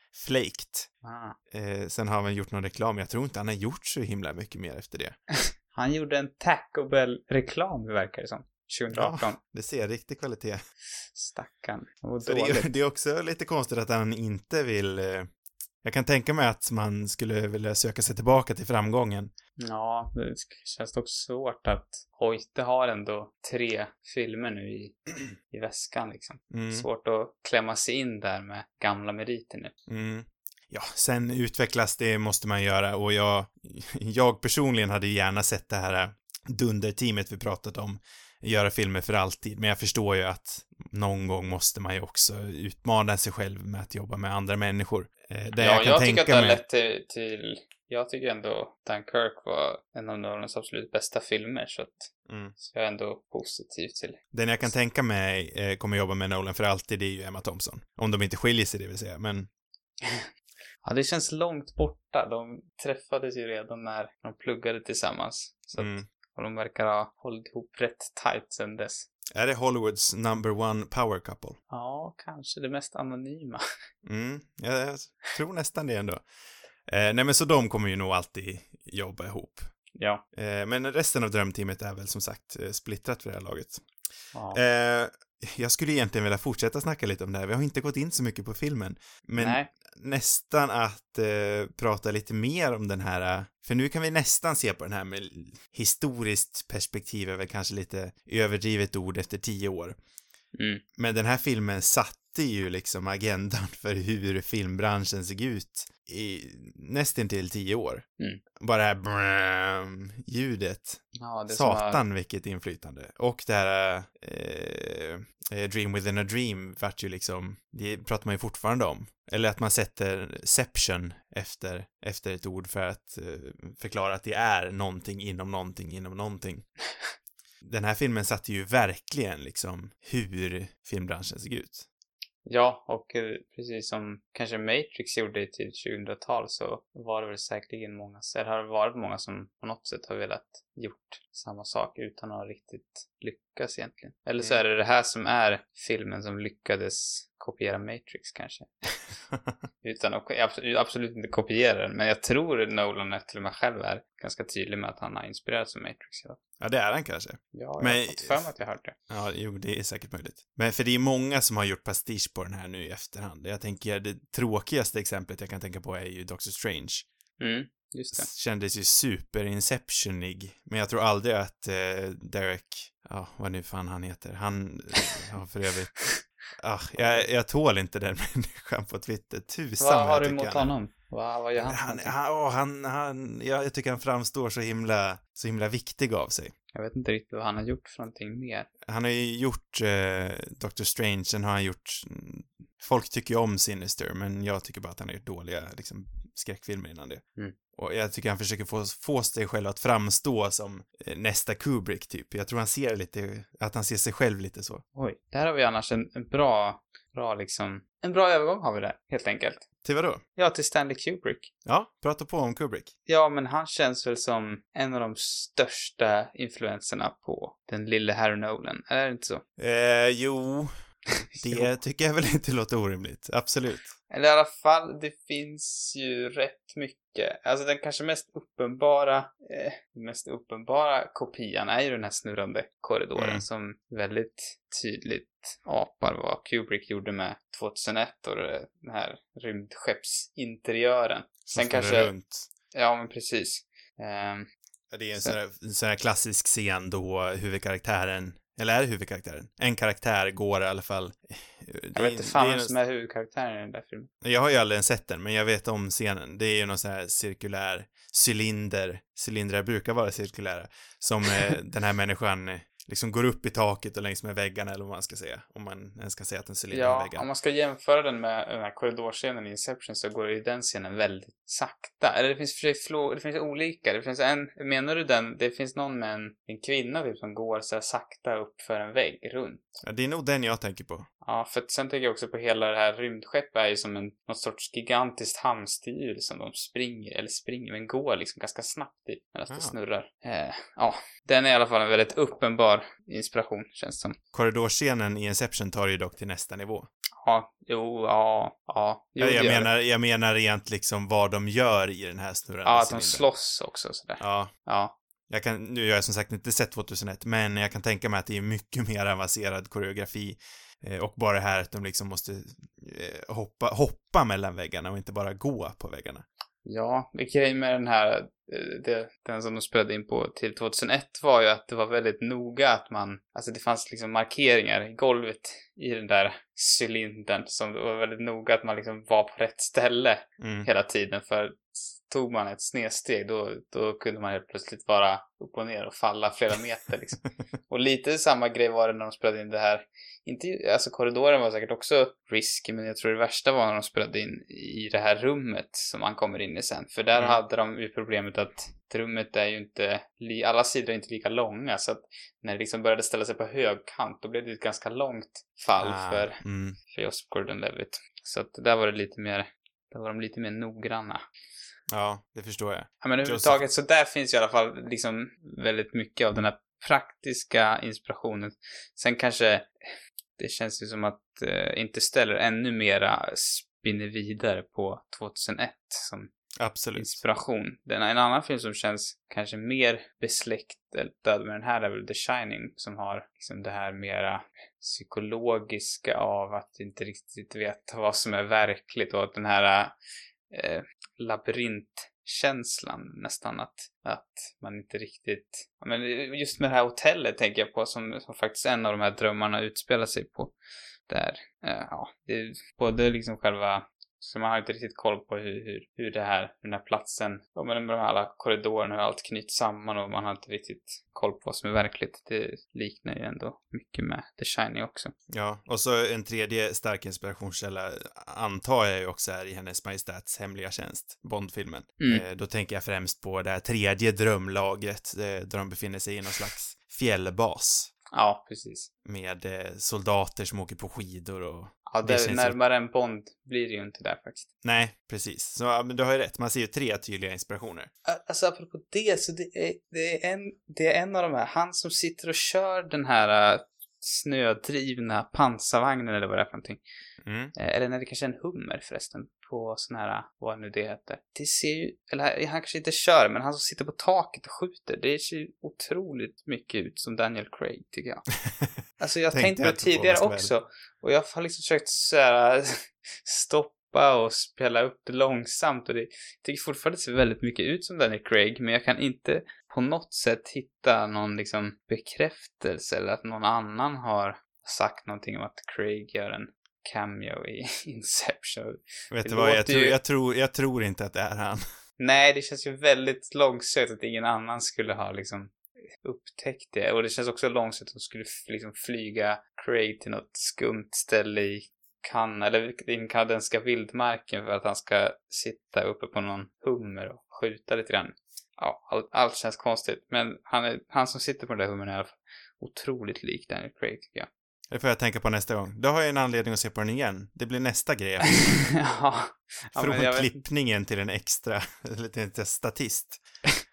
Flaked. Sen har han gjort någon reklam, jag tror inte han har gjort så himla mycket mer efter det. Han gjorde en Taco Bell-reklam, det verkar det som. 2018. Ja, det ser riktig kvalitet. Stackarn. Det är också lite konstigt att han inte vill... Jag kan tänka mig att man skulle vilja söka sig tillbaka till framgången. Ja, det känns också svårt att Hoyte har ändå 3 filmer nu i väskan liksom. Svårt att klämma sig in där med gamla meriter nu. Ja, sen utvecklas det måste man göra, och jag personligen hade gärna sett det här dunderteamet vi pratat om göra filmer för alltid, men jag förstår ju att någon gång måste man ju också utmana sig själv med att jobba med andra människor. Jag tycker att det har lett till jag tycker ändå Dunkirk var en av Nolans absolut bästa filmer, så jag är ändå positiv till. Den jag kan tänka mig kommer jobba med Nolan för alltid, det är ju Emma Thompson. Om de inte skiljer sig, det vill säga, men... Ja, det känns långt borta. De träffades ju redan när de pluggade tillsammans. Så och de verkar ha hållit ihop rätt tight sen dess. Är det Hollywoods number one power couple? Ja, kanske det mest anonyma. Jag tror nästan det ändå. Nej, men så de kommer ju nog alltid jobba ihop. Ja. Men resten av drömteamet är väl som sagt splittrat för det här laget. Ja. Jag skulle egentligen vilja fortsätta snacka lite om det här. Vi har inte gått in så mycket på filmen. Men nästan att prata lite mer om den här. För nu kan vi nästan se på den här med historiskt perspektiv, är väl kanske lite överdrivet ord efter 10 år. Men den här filmen satte ju liksom agendan för hur filmbranschen såg ut i nästan till 10 år. Bara det här ljudet. Ja, det Satan vilket inflytande. Och det här Dream Within a Dream vart ju liksom, det pratar man ju fortfarande om. Eller att man sätter Seption efter ett ord för att förklara att det är någonting inom någonting inom någonting. Den här filmen satte ju verkligen liksom hur filmbranschen såg ut. Ja, och precis som kanske Matrix gjorde i till 2000-tal, så var det väl säkerligen många, eller har det varit många som på något sätt har velat gjort samma sak utan att riktigt lyckas egentligen. Eller så är det här som är filmen som lyckades kopiera Matrix kanske. Utan att absolut inte kopiera den, men jag tror Nolan till och med själv är ganska tydlig med att han har inspirerats av Matrix. Ja, det är han kanske. Ja, jag har fått för mig att jag hört det. Ja, jo, det är säkert möjligt. Men för det är många som har gjort pastisch på den här nu i efterhand. Jag tänker, det tråkigaste exemplet jag kan tänka på är ju Doctor Strange. Just det. Kändes ju super-inceptionig. Men jag tror aldrig att Derek, vad nu fan han heter. Han har för övrigt Jag tål inte den människan på Twitter. Tusan Vad har du tycker emot han. honom? Vad gör han för någonting? Jag tycker han framstår så himla viktig av sig. Jag vet inte riktigt vad han har gjort för någonting mer. Han har ju gjort Doctor Strange, sen har han gjort... Folk tycker ju om Sinister, men jag tycker bara att han har gjort dåliga liksom, skräckfilmer innan det. Mm. Och jag tycker han försöker få sig själv att framstå som nästa Kubrick, typ. Jag tror han ser lite... Att han ser sig själv lite så. Oj, där har vi annars en bra liksom... En bra övergång har vi där, helt enkelt. Till vad då? Ja, till Stanley Kubrick. Ja, prata på om Kubrick. Ja, men han känns väl som en av de största influenserna på den lille Harry Nolan. Är det inte så? Jo... Det tycker jag väl inte låter orimligt. Absolut. Eller i alla fall, det finns ju rätt mycket. Alltså den kanske mest uppenbara kopian är ju den här snurrande korridoren som väldigt tydligt apar vad Kubrick gjorde med 2001 och den här rymdskeppsinteriören. Sen kanske... Runt. Ja, men precis. Det är en sån här klassisk scen då huvudkaraktären, eller är det huvudkaraktären? En karaktär går i alla fall. Jag vet inte fan vem som är huvudkaraktären i den där filmen. Jag har ju aldrig sett den, men jag vet om scenen. Det är ju någon sån här cirkulär cylindrar brukar vara cirkulära, som den här människan liksom går upp i taket och längs med väggarna, eller vad man ska säga. Om man ens kan säga att en cylinder är väggar. Ja, om man ska jämföra den med den här korridorscenen i Inception så går ju den scenen väldigt sakta. Eller det finns det finns olika. Det finns menar du den? Det finns någon med en kvinna typ som går så här sakta upp för en vägg runt. Ja, det är nog den jag tänker på. Ja, för sen tänker jag också på hela det här rymdskeppet är ju som någon sorts gigantiskt hamsterhjul som de springer, men går liksom ganska snabbt i medan det snurrar. Ja, den är i alla fall en väldigt uppenbar inspiration, känns det som. Korridorscenen i Inception tar ju dock till nästa nivå. Ja, jo. Jag menar egentligen liksom vad de gör i den här snurrande Ja, att de slåss också sådär. Ja. Nu har jag som sagt inte sett 2001, men jag kan tänka mig att det är mycket mer avancerad koreografi. Och bara det här att de liksom måste hoppa mellan väggarna och inte bara gå på väggarna. Ja, det grejen med den här den som de spelade in på till 2001 var ju att det var väldigt noga att alltså det fanns liksom markeringar i golvet i den där cylindern som var väldigt noga att man liksom var på rätt ställe hela tiden, för tog man ett snedsteg då kunde man helt plötsligt vara upp och ner och falla flera meter liksom. Och lite samma grej var det när de spelade in det här. Alltså korridoren var säkert också risky, men jag tror det värsta var när de spelade in i det här rummet som man kommer in i sen. För där hade de ju problemet att rummet är ju inte, alla sidor är inte lika långa, så att när det liksom började ställa sig på högkant då blev det ett ganska långt fall för Joseph Gordon-Levitt. Så att där var det där var de lite mer noggranna. Ja, det förstår jag. Ja, men överhuvudtaget så där finns ju i alla fall liksom väldigt mycket av den här praktiska inspirationen. Sen kanske det känns ju som att Interstellar ännu mera spinner vidare på 2001 som inspiration. En annan film som känns kanske mer besläktad med den här är väl The Shining, som har liksom det här mera psykologiska av att inte riktigt veta vad som är verkligt, och att den här labyrintkänslan nästan, att man inte riktigt, men just med det här hotellet tänker jag på som faktiskt en av de här drömmarna utspelar sig på där. Det är både liksom själva, så man har inte riktigt koll på hur den här platsen, med de alla korridorerna, hur allt knyts samman, och man har inte riktigt koll på vad som är verkligt. Det liknar ju ändå mycket med The Shining också. Ja, och så en tredje stark inspirationskälla antar jag ju också är i Hennes Majestäts hemliga tjänst, Bondfilmen. Då tänker jag främst på det här tredje drömlagret där de befinner sig i någon slags fjällbas. Ja, precis. Med soldater som åker på skidor och... Ja, det närmare en Bond blir det ju inte där faktiskt. Nej, precis. Så ja, men du har ju rätt. Man ser ju 3 tydliga inspirationer. Alltså apropå det, så det är en av de här, han som sitter och kör den här snödrivna pansarvagnen eller vad det är för någonting. Eller när det kanske är en Hummer förresten på sån här, vad nu det heter. Det ser ju, eller han kanske inte kör, men han som sitter på taket och skjuter, det ser ju otroligt mycket ut som Daniel Craig, tycker jag. Alltså jag tänkte på det tidigare också, och jag har liksom försökt så här stoppa och spela upp det långsamt, och det tycker fortfarande ser väldigt mycket ut som Daniel Craig, men jag kan inte på något sätt hitta någon liksom bekräftelse eller att någon annan har sagt någonting om att Craig gör en cameo i Inception. Vet du vad, jag tror inte att det är han. Nej, det känns ju väldigt långsökt att ingen annan skulle ha liksom upptäckt det. Och det känns också långsökt att de skulle liksom flyga Craig till något skumt ställe i Cannes eller i den kanadensiska vildmarken för att han ska sitta uppe på någon hummer och skjuta lite grann. Ja, allt känns konstigt. Men han som sitter på den där hummern är i alla fall otroligt lik Daniel Craig, tycker jag. Det får jag tänka på nästa gång. Då har jag en anledning att se på den igen. Det blir nästa grej. Ja. Från klippningen till en extra, eller till en statist.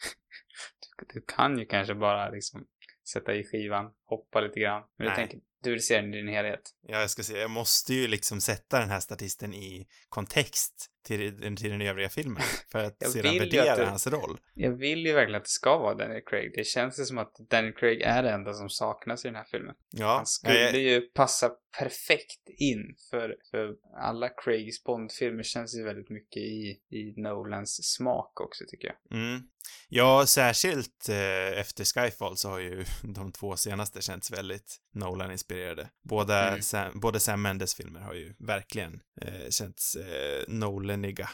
Du kan ju kanske bara liksom sätta i skivan, hoppa lite grann. Men jag tänker, du vill se den i din helhet. Ja, jag ska se. Jag måste ju liksom sätta den här statisten i kontext till den övriga filmen. För att sedan värdera hans roll. Jag vill ju verkligen att det ska vara Daniel Craig. Det känns ju som att Daniel Craig är det enda som saknas i den här filmen. Ja. Han skulle ju passa perfekt in för alla Craigs Bond-filmer känns ju väldigt mycket i Nolans smak också, tycker jag. Mm. Ja, särskilt efter Skyfall så har ju de 2 senaste känts väldigt Nolan-inspirerade. Både Sam Mendes filmer har ju verkligen känts Nolaniga.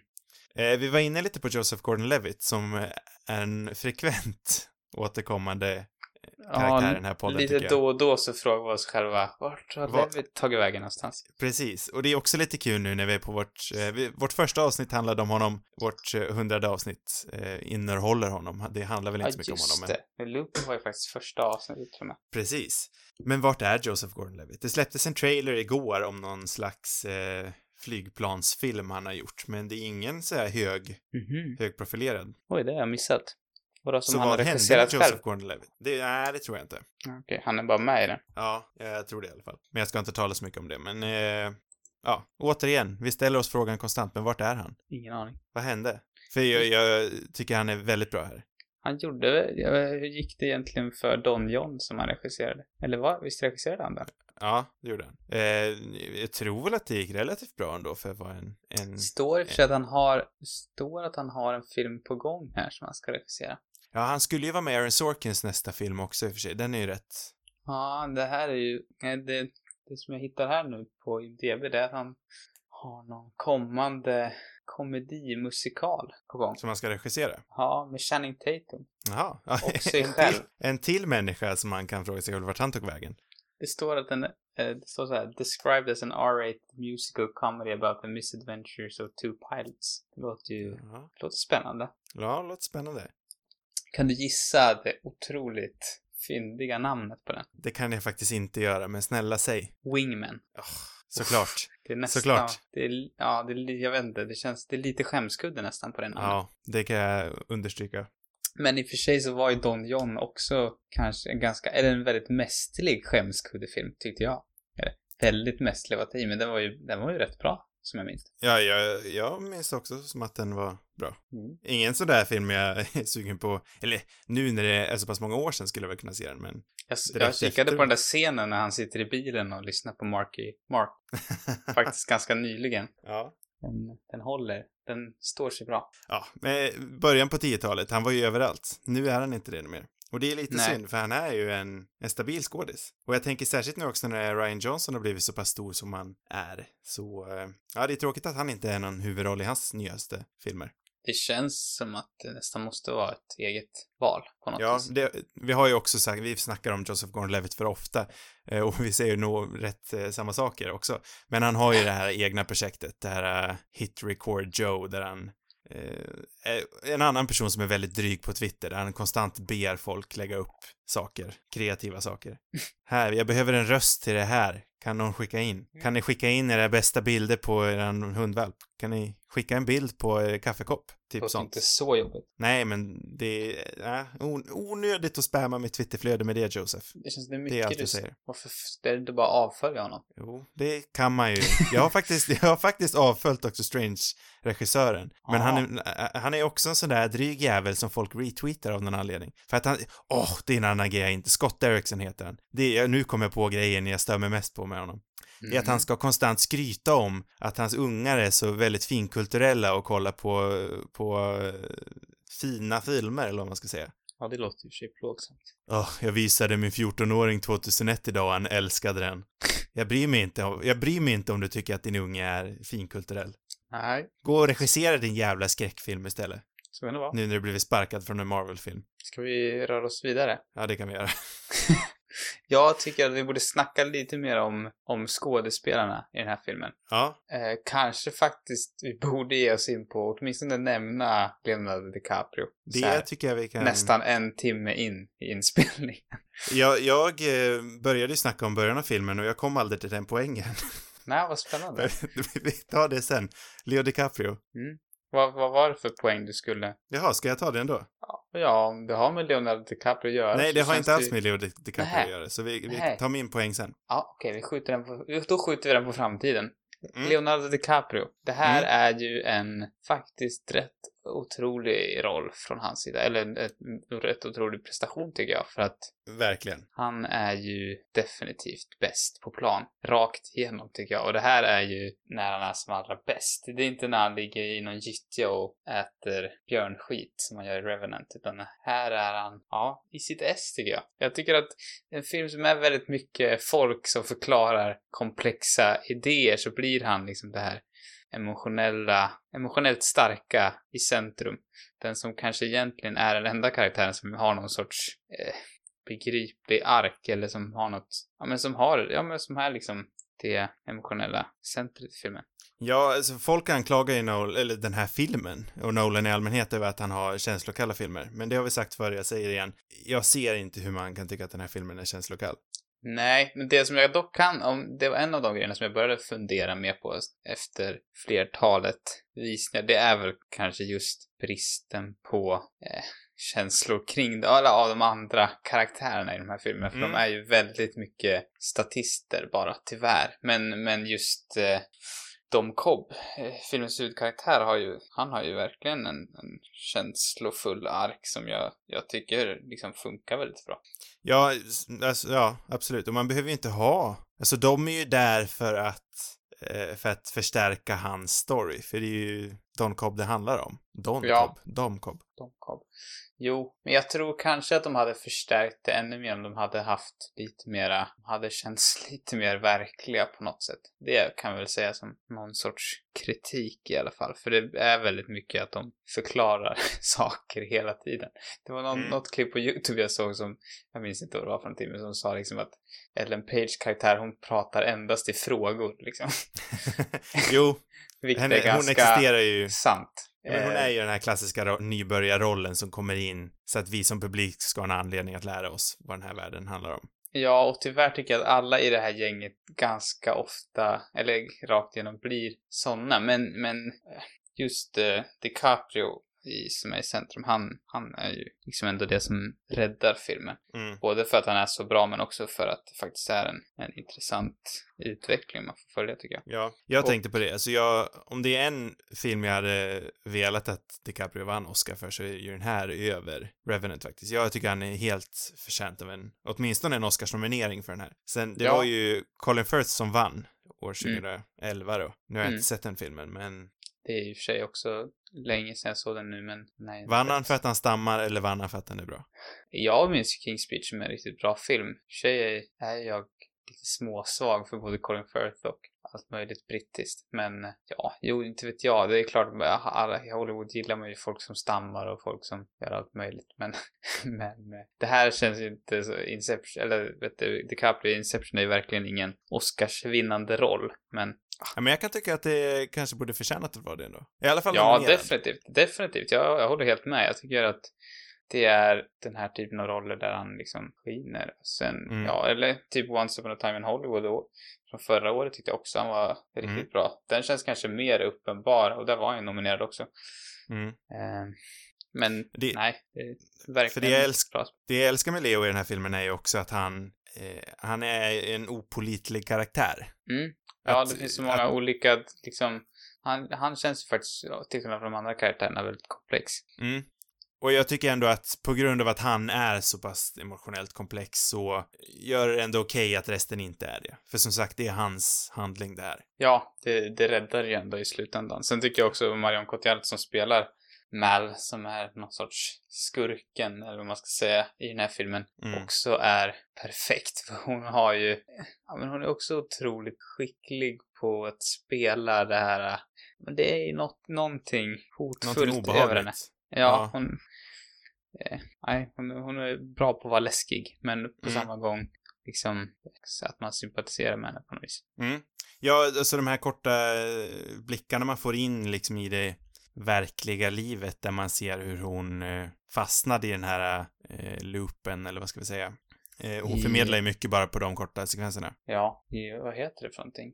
Vi var inne lite på Joseph Gordon-Levitt som är en frekvent återkommande karaktär i den här podden, lite tycker jag. Då och då så frågar vi oss själva, vart har Levitt tagit vägen någonstans? Precis, och det är också lite kul nu när vi är på vårt första avsnitt handlade om honom, vårt 100:e avsnitt innehåller honom. Det handlar väl inte så mycket om honom. Ja, just det. Loopen var ju faktiskt första avsnittet, tror jag. Precis. Men vart är Joseph Gordon-Levitt? Det släpptes en trailer igår om någon slags flygplansfilm han har gjort, men det är ingen så här högprofilerad. Oj, det har jag missat. Vadå, som så han har regisserat själv? Joseph Gordon-Levitt? Nej, det tror jag inte. Okej, han är bara med i den. Ja, jag tror det i alla fall. Men jag ska inte tala så mycket om det, men ja, återigen, vi ställer oss frågan konstant, men vart är han? Ingen aning. Vad hände? För jag tycker han är väldigt bra här. Han gjorde, hur gick det egentligen för Don John som han regisserade? Eller vad? Visst regisserade han den? Ja, det gjorde han. Jag tror väl att det gick relativt bra ändå för att vara en... Står i och för sig att han har en film på gång här som han ska regissera. Ja, han skulle ju vara med i Aaron Sorkins nästa film också i och för sig. Den är ju rätt... Ja, det här är ju... Det som jag hittar här nu på IMDb, det är att han har någon kommande komedimusikal på gång. Som han ska regissera? Ja, med Channing Tatum. Jaha. Och sig själv. En till människa som man kan fråga sig vart han tog vägen. Det står att det står så här: described as an R-rated musical comedy about the misadventures of 2 pilots. Det låter ju låter spännande. Ja, det låter spännande. Kan du gissa det otroligt fyndiga namnet på den? Det kan jag faktiskt inte göra, men snälla säg. Wingman. Såklart. Det är nästan... Såklart. Jag vet inte, det är lite skämskudde nästan på den namnet. Ja, det kan jag understryka. Men i och för sig så var ju Don John också kanske en väldigt mästerlig skämskuddefilm, tyckte jag. Eller väldigt mästerlig var det, men den var ju rätt bra, som jag minns. Ja, jag minns också som att den var bra. Ingen sån där film jag är sugen på, eller nu när det är så pass många år sedan skulle jag väl kunna se den, men... Jag kikade på den där scenen när han sitter i bilen och lyssnar på Mark. Faktiskt ganska nyligen. Ja. Den håller. Den står sig bra. Ja, men början på 10-talet, han var ju överallt. Nu är han inte det mer. Och det är lite synd, för han är ju en stabil skådis. Och jag tänker särskilt nu också när Ryan Johnson har blivit så pass stor som han är. Så, ja, det är tråkigt att han inte är någon huvudroll i hans nyaste filmer. Det känns som att det nästan måste vara ett eget val på något vis. Ja, vi har ju också sagt, vi snackar om Joseph Gordon-Levitt för ofta. Och vi säger nog rätt samma saker också. Men han har ju det här egna projektet, det här Hit Record Joe, där han en annan person som är väldigt dryg på Twitter, där han konstant ber folk lägga upp saker, kreativa saker. Här, jag behöver en röst till det här. Kan någon skicka in? Kan ni skicka in era bästa bilder på er hundvalp? Kan ni skicka en bild på kaffekopp? Typ sånt. Det är inte så jobbigt. Nej, men det är onödigt att spamma mitt Twitterflöde med det, Joseph. Det känns det är mycket det är allt du säger. Varför är det inte bara avfölja honom? Jo, det kan man ju. Jag har faktiskt avföljt också Strange-regissören. Men han är också en sån där dryg jävel som folk retweetar av någon anledning. För att det är en annan grej inte. Scott Derrickson heter han. Nu kommer jag på grejen jag stör mig mest på med honom. Det är att han ska konstant skryta om att hans ungar är så väldigt finkulturella och kolla på fina filmer, eller vad man ska säga. Ja, det låter ju för sig plågsamt. Jag visade min 14-åring 2001 idag och han älskade den. Jag bryr mig inte om du tycker att din unge är finkulturell. Nej. Gå och regissera din jävla skräckfilm istället. Så kan det vara. Nu när du blivit sparkad från en Marvel-film. Ska vi röra oss vidare? Ja, det kan vi göra. Jag tycker att vi borde snacka lite mer om skådespelarna i den här filmen. Ja. Kanske faktiskt vi borde ge oss in på, åtminstone nämna Leonardo DiCaprio. Det tycker jag vi kan... Nästan en timme in i inspelningen. Jag började ju snacka om början av filmen och jag kom aldrig till den poängen. Nej, vad spännande. Vi tar det sen. Leo DiCaprio. Mm. Vad var det för poäng du skulle... Jaha, ska jag ta den då? Ja, om det har med Leonardo DiCaprio att göra. Nej, det har inte alls med Leo DiCaprio att göra. Så vi Nej. tar min poäng sen. Ja, okej, då skjuter vi den på framtiden. Leonardo DiCaprio. Det här är ju en faktiskt rätt otrolig roll från hans sida. Eller en rätt otrolig prestation tycker jag. För att verkligen. Han är ju definitivt bäst på plan. Rakt igenom tycker jag. Och det här är ju när han är som allra bäst. Det är inte när han ligger i någon gyttja och äter björnskit som man gör i Revenant. Utan här är han, i sitt ess tycker jag. Jag tycker att en film som är väldigt mycket folk som förklarar komplexa idéer, så blir han liksom det här emotionellt starka i centrum. Den som kanske egentligen är den enda karaktären som har någon sorts begriplig ark, eller som har något, som är liksom det emotionella centret i filmen. Ja, alltså folk anklagar ju den här filmen och Nolan i allmänhet över att han har känslokalla filmer. Men det har vi sagt förr, jag säger det igen. Jag ser inte hur man kan tycka att den här filmen är känslokall. Nej, men det som jag dock det var en av de grejerna som jag började fundera mer på efter flertalet visningar. Det är väl kanske just bristen på känslor kring alla av de andra karaktärerna i de här filmerna. För de är ju väldigt mycket statister bara, tyvärr. Men just Dom Cobb, filmens huvudkaraktär, har ju verkligen en känslofull ark som jag tycker liksom funkar väldigt bra. Ja, alltså, ja, absolut. Och man behöver ju inte alltså de är ju där för att förstärka hans story. För det är ju Don Cobb det handlar om. Dom Cobb. Jo, men jag tror kanske att de hade förstärkt det ännu mer om de hade hade känts lite mer verkliga på något sätt. Det kan jag väl säga som någon sorts kritik i alla fall. För det är väldigt mycket att de förklarar saker hela tiden. Det var något klipp på YouTube jag såg som, jag minns inte vad det var för en timme, som sa liksom att Ellen Page karaktär, hon pratar endast i frågor liksom. Jo, vilket hon är ganska existerar ju sant. Men hon är ju den här klassiska nybörjarrollen som kommer in så att vi som publik ska ha en anledning att lära oss vad den här världen handlar om. Ja, och tyvärr tycker jag att alla i det här gänget ganska ofta, eller rakt igenom, blir sådana. Men just DiCaprio som är i centrum, han är ju liksom ändå det som räddar filmen. Både för att han är så bra, men också för att det faktiskt är en intressant utveckling man får följa, tycker jag. Ja, jag tänkte på det. Alltså om det är en film jag hade velat att DiCaprio vann Oscar för, så är ju den här över Revenant faktiskt. Jag tycker han är helt förtjänt av åtminstone en Oscarsnominering för den här. Sen, det var ju Colin Firth som vann år 2011 då. Nu har jag inte sett den filmen, men... Det är i och för sig också länge sedan jag såg den nu, men nej. Vann han för att han stammar eller vann han för att den är bra? Jag minns ju King's Speech som en riktigt bra film. Tjej är jag lite småsvag för både Colin Firth och allt möjligt brittiskt. Men inte vet jag. Det är klart, i Hollywood gillar man ju folk som stammar och folk som gör allt möjligt. Men det här känns ju inte så Inception, eller vet du, DiCaprio i Inception är ju verkligen ingen Oscarsvinnande roll. Men jag kan tycka att det kanske borde förtjänat att vara det ändå. I alla fall definitivt. Jag håller helt med. Jag tycker att det är den här typen av roller där han liksom skiner. Sen, eller typ Once Upon a Time in Hollywood då. Från förra året tyckte jag också han var riktigt bra. Den känns kanske mer uppenbar, och där var han nominerad också. Men nej, verkligen. För det jag älskar med Leo i den här filmen är ju också att han är en opålitlig karaktär. Ja, det finns så många olika, liksom, han känns ju faktiskt, till skillnad från de andra karaktärerna, väldigt komplex. Och jag tycker ändå att på grund av att han är så pass emotionellt komplex, så gör det ändå okej att resten inte är det. För som sagt, det är hans handling där. Ja, det räddar ju ändå i slutändan. Sen tycker jag också Marion Cotillard som spelar Mal, som är någon sorts skurken, eller vad man ska säga, i den här filmen, Mm. också är perfekt. För hon har ju, ja, men hon är också otroligt skicklig på att spela det här. Men det är ju någonting hotfullt över henne. Ja. Hon... nej, hon är bra på att vara läskig, men på samma gång liksom så att man sympatiserar med henne på något vis. Mm. Ja, alltså de här korta blickarna man får in liksom i det verkliga livet, där man ser hur hon fastnade i den här loopen, eller vad ska vi säga. Hon förmedlar ju mycket bara på de korta sekvenserna. Ja, vad heter det för någonting?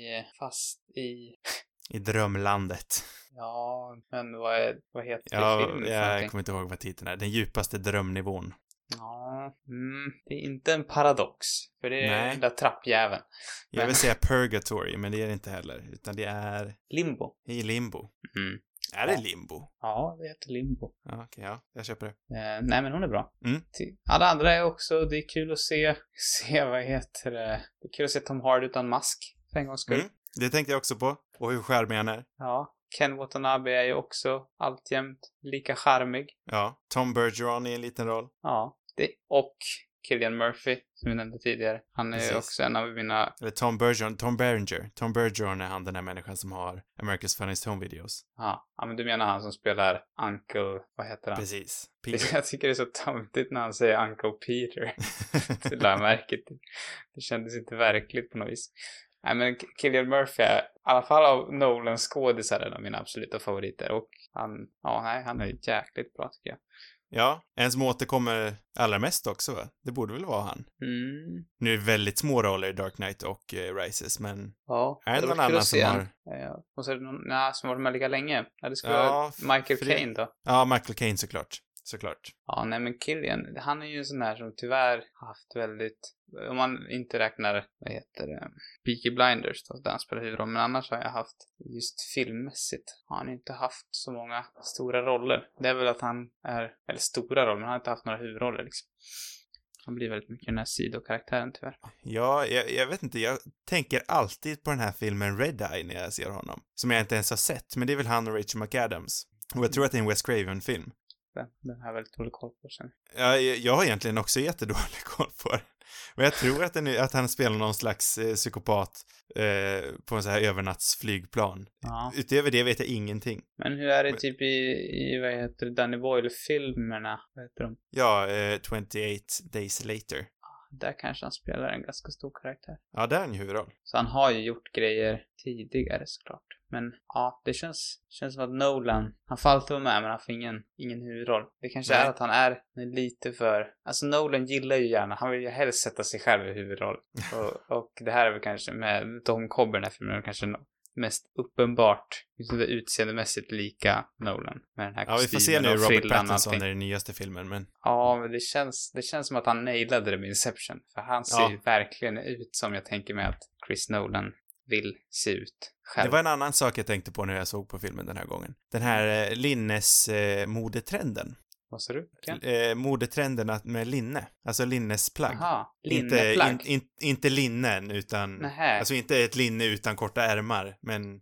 I drömlandet. Ja, men vad heter filmen? Jag kommer inte ihåg vad titeln är. Den djupaste drömnivån. Ja, det är inte en paradox. För det är den där trappjäveln. Jag vill säga purgatory, men det är det inte heller. Utan det är... Limbo. I limbo. Mm. Är det limbo? Ja, det heter limbo. Ja, okej, jag köper det. Nej, men hon är bra. Mm. Alla andra är också, det är kul att se vad heter det? Det är kul att se Tom Hardy utan mask, för en gångs skull. Det tänkte jag också på. Och hur charmig han är. Ja, Ken Watanabe är ju också alltjämt lika charmig. Ja, Tom Bergeron i en liten roll. Ja, och Cillian Murphy, som vi nämnde tidigare. Han är ju också en av mina... Eller Tom Berenger. Tom Bergeron är han, den här människan som har America's Funniest Home Videos. Ja, men du menar han som spelar Uncle... Vad heter han? Precis. Peter. Jag tycker det är så töntigt när han säger Uncle Peter. Det la jag märke till. Det kändes inte verkligt på något vis. Nej, men Cillian Murphy är, i alla fall av Nolans skådisar, en av mina absoluta favoriter. Och han är jäkligt bra, tycker jag. Ja, en som återkommer allra mest också, va? Det borde väl vara han. Nu är det väldigt små roller i Dark Knight och Rises, men... Ja, är det någon annan som har... Och så är det någon som varit med lika länge. Ja, det skulle vara Michael Caine då. Ja, Michael Caine såklart. Ja, nej, men Cillian, han är ju en sån här som tyvärr haft väldigt... Om man inte räknar, Peaky Blinders då, där han spelar huvudroll. Men annars har jag haft, just filmmässigt, har han inte haft så många stora roller. Det är väl att han är, eller stora roller, men han har inte haft några huvudroller liksom. Han blir väldigt mycket den här sidokaraktären tyvärr. Ja, jag vet inte, jag tänker alltid på den här filmen Red Eye när jag ser honom. Som jag inte ens har sett, men det är väl han och Rachel McAdams. Och jag tror att det är en Wes Craven-film. Den har jag väldigt dålig koll på sen. Ja, jag har egentligen också jättedålig koll på det. Men jag tror att han spelar någon slags psykopat på en så här övernattsflygplan. Ja. Utöver det vet jag ingenting. Men hur är det typ i vad heter det, Danny Boyle-filmerna? Vad heter de? Ja, 28 Days Later. Där kanske han spelar en ganska stor karaktär. Ja, där är en huvudroll. Så han har ju gjort grejer tidigare såklart. Men ja, det känns som att Nolan, han får alltid vara med, men han får ingen huvudroll. Det kanske är att han är lite för... Alltså Nolan gillar ju gärna, han vill ju helst sätta sig själv i huvudroll. och det här är väl kanske med Tom Cobber, den här filmen, kanske mest uppenbart utseendemässigt lika Nolan med den här kostymen. Ja, vi får se nu Robert Pattinson i den nyaste filmen, men... Ja, men det känns som att han nailade det med Inception. För han ser ju verkligen ut som jag tänker mig att Chris Nolan vill se ut själv. Det var en annan sak jag tänkte på när jag såg på filmen den här gången. Den här linnes-modetrenden. Vad sa du? Modetrenden med linne. Alltså linnesplagg. Aha, linneplagg. Inte linnen, utan... Nähä. Alltså inte ett linne utan korta ärmar, men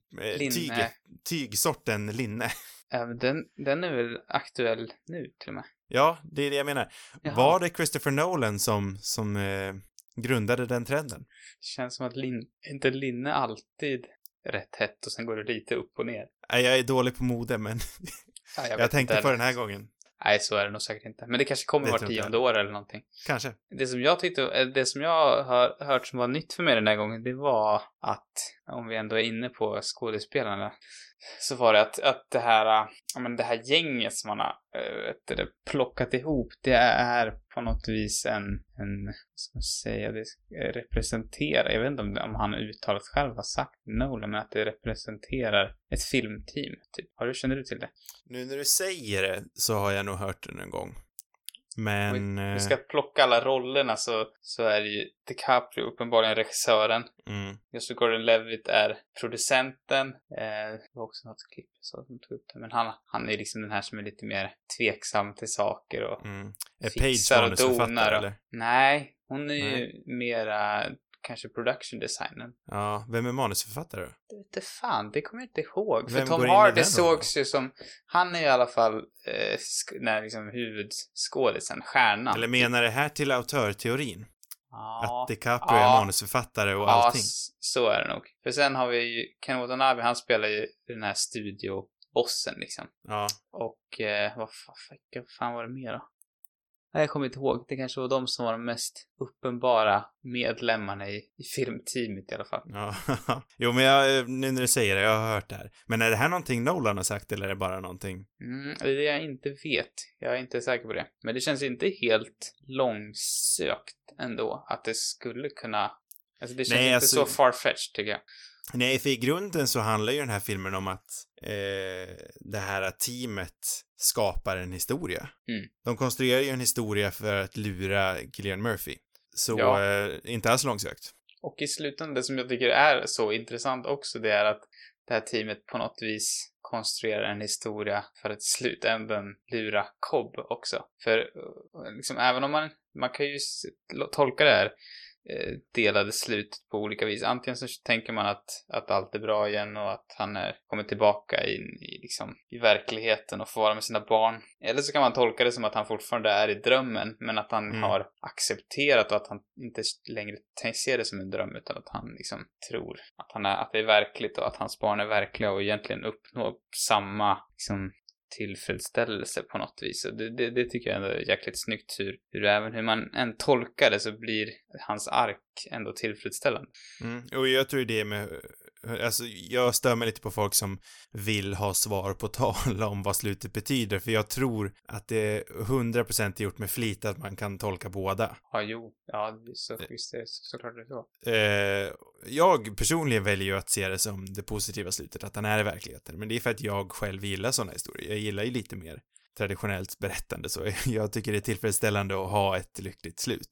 tygsorten linne. Den är väl aktuell nu till och med? Ja, det är det jag menar. Jaha. Var det Christopher Nolan som grundade den trenden? Det känns som att inte linne alltid rätt hett och sen går det lite upp och ner. Nej, jag är dålig på mode, men jag tänkte på den här gången. Nej, så är det nog säkert inte. Men det kanske kommer var 10:e år eller någonting. Kanske. Det som jag har hört som var nytt för mig den här gången, det var att, om vi ändå är inne på skådespelarna, så var det att det här gänget som man har plockat ihop, det är på något vis en ska man säga, det representerar, jag vet inte om han uttalat själv har sagt Nolan, men att det representerar ett filmteam typ. Känner du till det? Nu när du säger det så har jag nog hört det en gång. Men... Vi ska plocka alla rollerna, så är det ju DiCaprio uppenbarligen regissören. Joseph Gordon-Levitt är producenten. Det var också något klipp som tog upp det. Men han är liksom den här som är lite mer tveksam till saker och Är fixar Page och donar. Eller? Nej, hon är ju mera kanske production designen. Ja, vem är manusförfattare då? Det vet inte fan, det kommer jag inte ihåg. För Vem Tom går in i Hardy den sågs ju som, han är i alla fall när liksom huvudskådisen, stjärnan. Eller menar det här till autörteorin? Ja. Att DiCaprio är manusförfattare och allting? Så är det nog. För sen har vi ju Ken Watanabe, han spelar ju den här studiobossen liksom. Ja. Och vad fan var det mer då? Nej, jag kommer inte ihåg. Det kanske var de som var de mest uppenbara medlemmarna i filmteamet i alla fall. Ja. Jo, men nu när du säger det, jag har hört det här. Men är det här någonting Nolan har sagt eller är det bara någonting? Det är det jag inte vet. Jag är inte säker på det. Men det känns inte helt långsökt ändå att det skulle kunna... Alltså det känns inte så farfetched tycker jag. Nej, för i grunden så handlar ju den här filmen om att det här teamet skapar en historia. De konstruerar ju en historia för att lura Cillian Murphy. Så inte alls långsökt. Och i slutändan, det som jag tycker är så intressant också, det är att det här teamet på något vis konstruerar en historia för att i slutändan lura Cobb också. För liksom, även om man kan ju tolka det här delade slutet på olika vis. Antingen så tänker man att allt är bra igen och att han kommer tillbaka in i verkligheten och får vara med sina barn. Eller så kan man tolka det som att han fortfarande är i drömmen, men att han har accepterat och att han inte längre ser det som en dröm, utan att han liksom tror att det är verkligt och att hans barn är verkliga och egentligen uppnår samma liksom tillfredsställelse på något vis. Och det tycker jag ändå är jäkligt snyggt hur även hur man än tolkar det så blir hans ark ändå tillfredsställande. Och jag tror det med, alltså jag stör mig lite på folk som vill ha svar på tal om vad slutet betyder, för jag tror att det är 100% gjort med flit att man kan tolka båda. Visst är det såklart det så. Jag personligen väljer ju att se det som det positiva slutet, att han är i verkligheten, men det är för att jag själv gillar sådana historier. Jag gillar ju lite mer traditionellt berättande, så jag tycker det är tillfredsställande att ha ett lyckligt slut.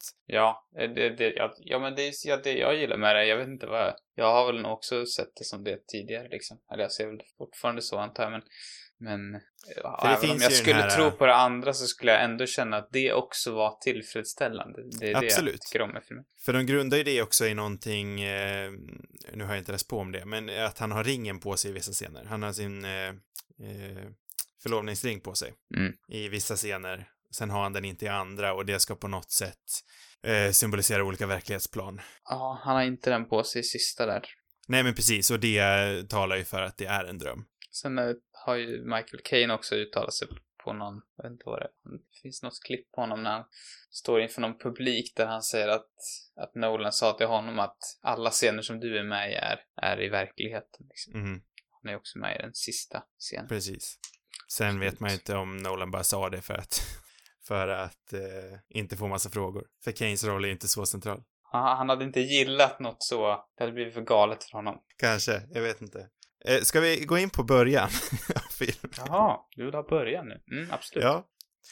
Men det är det jag gillar med det. Jag vet inte vad jag har väl också sett det som det tidigare liksom. Eller jag ser väl fortfarande så, antar jag, men även om jag skulle tro på det andra så skulle jag ändå känna att det också var tillfredsställande. Det är absolut. Det jag tycker om med filmen. För de grundar ju det också i någonting, nu har jag inte läst på om det, men att han har ringen på sig i vissa scener. Han har sin förlovningsring på sig i vissa scener. Sen har han den inte i andra, och det ska på något sätt symbolisera olika verklighetsplan. Ja, han har inte den på sig i sista där. Nej, men precis, och det talar ju för att det är en dröm. Sen har ju Michael Caine också uttalat sig på någon, jag vet inte vad det är. Det finns något klipp på honom när han står inför någon publik där han säger att Nolan sa till honom att alla scener som du är med i är i verkligheten. Liksom. Han är också med i den sista scenen. Precis. Sen vet man ju inte om Nolan bara sa det för att inte få massa frågor. För Caines roll är inte så central. Han hade inte gillat något så. Det hade blivit för galet för honom. Kanske, jag vet inte. Ska vi gå in på början av filmen? Jaha, du vill ha början nu? Absolut. Ja.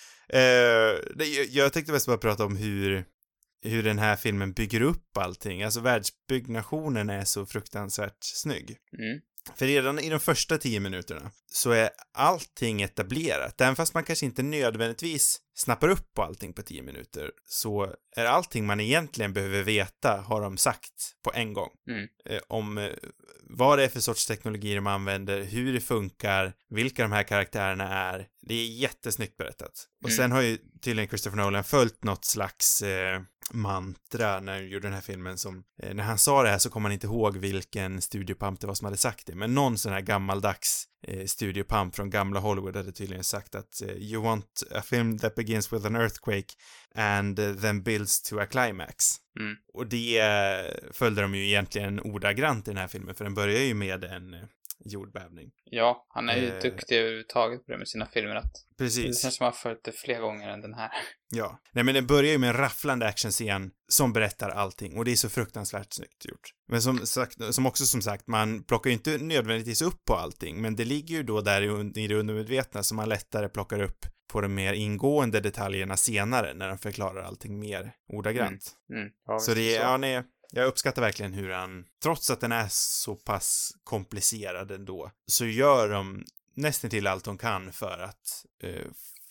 Jag tänkte mest bara prata om hur den här filmen bygger upp allting. Alltså världsbyggnationen är så fruktansvärt snygg. För redan i de första 10 minuterna så är allting etablerat. Även fast man kanske inte nödvändigtvis snappar upp på allting på 10 minuter, så är allting man egentligen behöver veta har de sagt på en gång. Om vad det är för sorts teknologi de använder, hur det funkar, vilka de här karaktärerna är. Det är jättesnyggt berättat. Och sen har ju tydligen Christopher Nolan följt något slags mantra när han gjorde den här filmen som, när han sa det här så kom man inte ihåg vilken studiopamp det var som hade sagt det, men någon sån här gammaldags studiopamp från gamla Hollywood hade tydligen sagt att you want a film that begins with an earthquake and then builds to a climax. Och det följde de ju egentligen ordagrant i den här filmen, för den börjar ju med en jordbävning. Ja, han är ju duktig överhuvudtaget på det med sina filmer. Precis. Det känns som att man har följt det fler gånger än den här. Ja, nej men den börjar ju med en rafflande actionscen som berättar allting, och det är så fruktansvärt snyggt gjort. Men som sagt, man plockar ju inte nödvändigtvis upp på allting, men det ligger ju då där i det undermedvetna som man lättare plockar upp på de mer ingående detaljerna senare när de förklarar allting mer ordagrant. Ja, så det är, jag uppskattar verkligen hur han, trots att den är så pass komplicerad ändå, så gör de nästan till allt de kan för att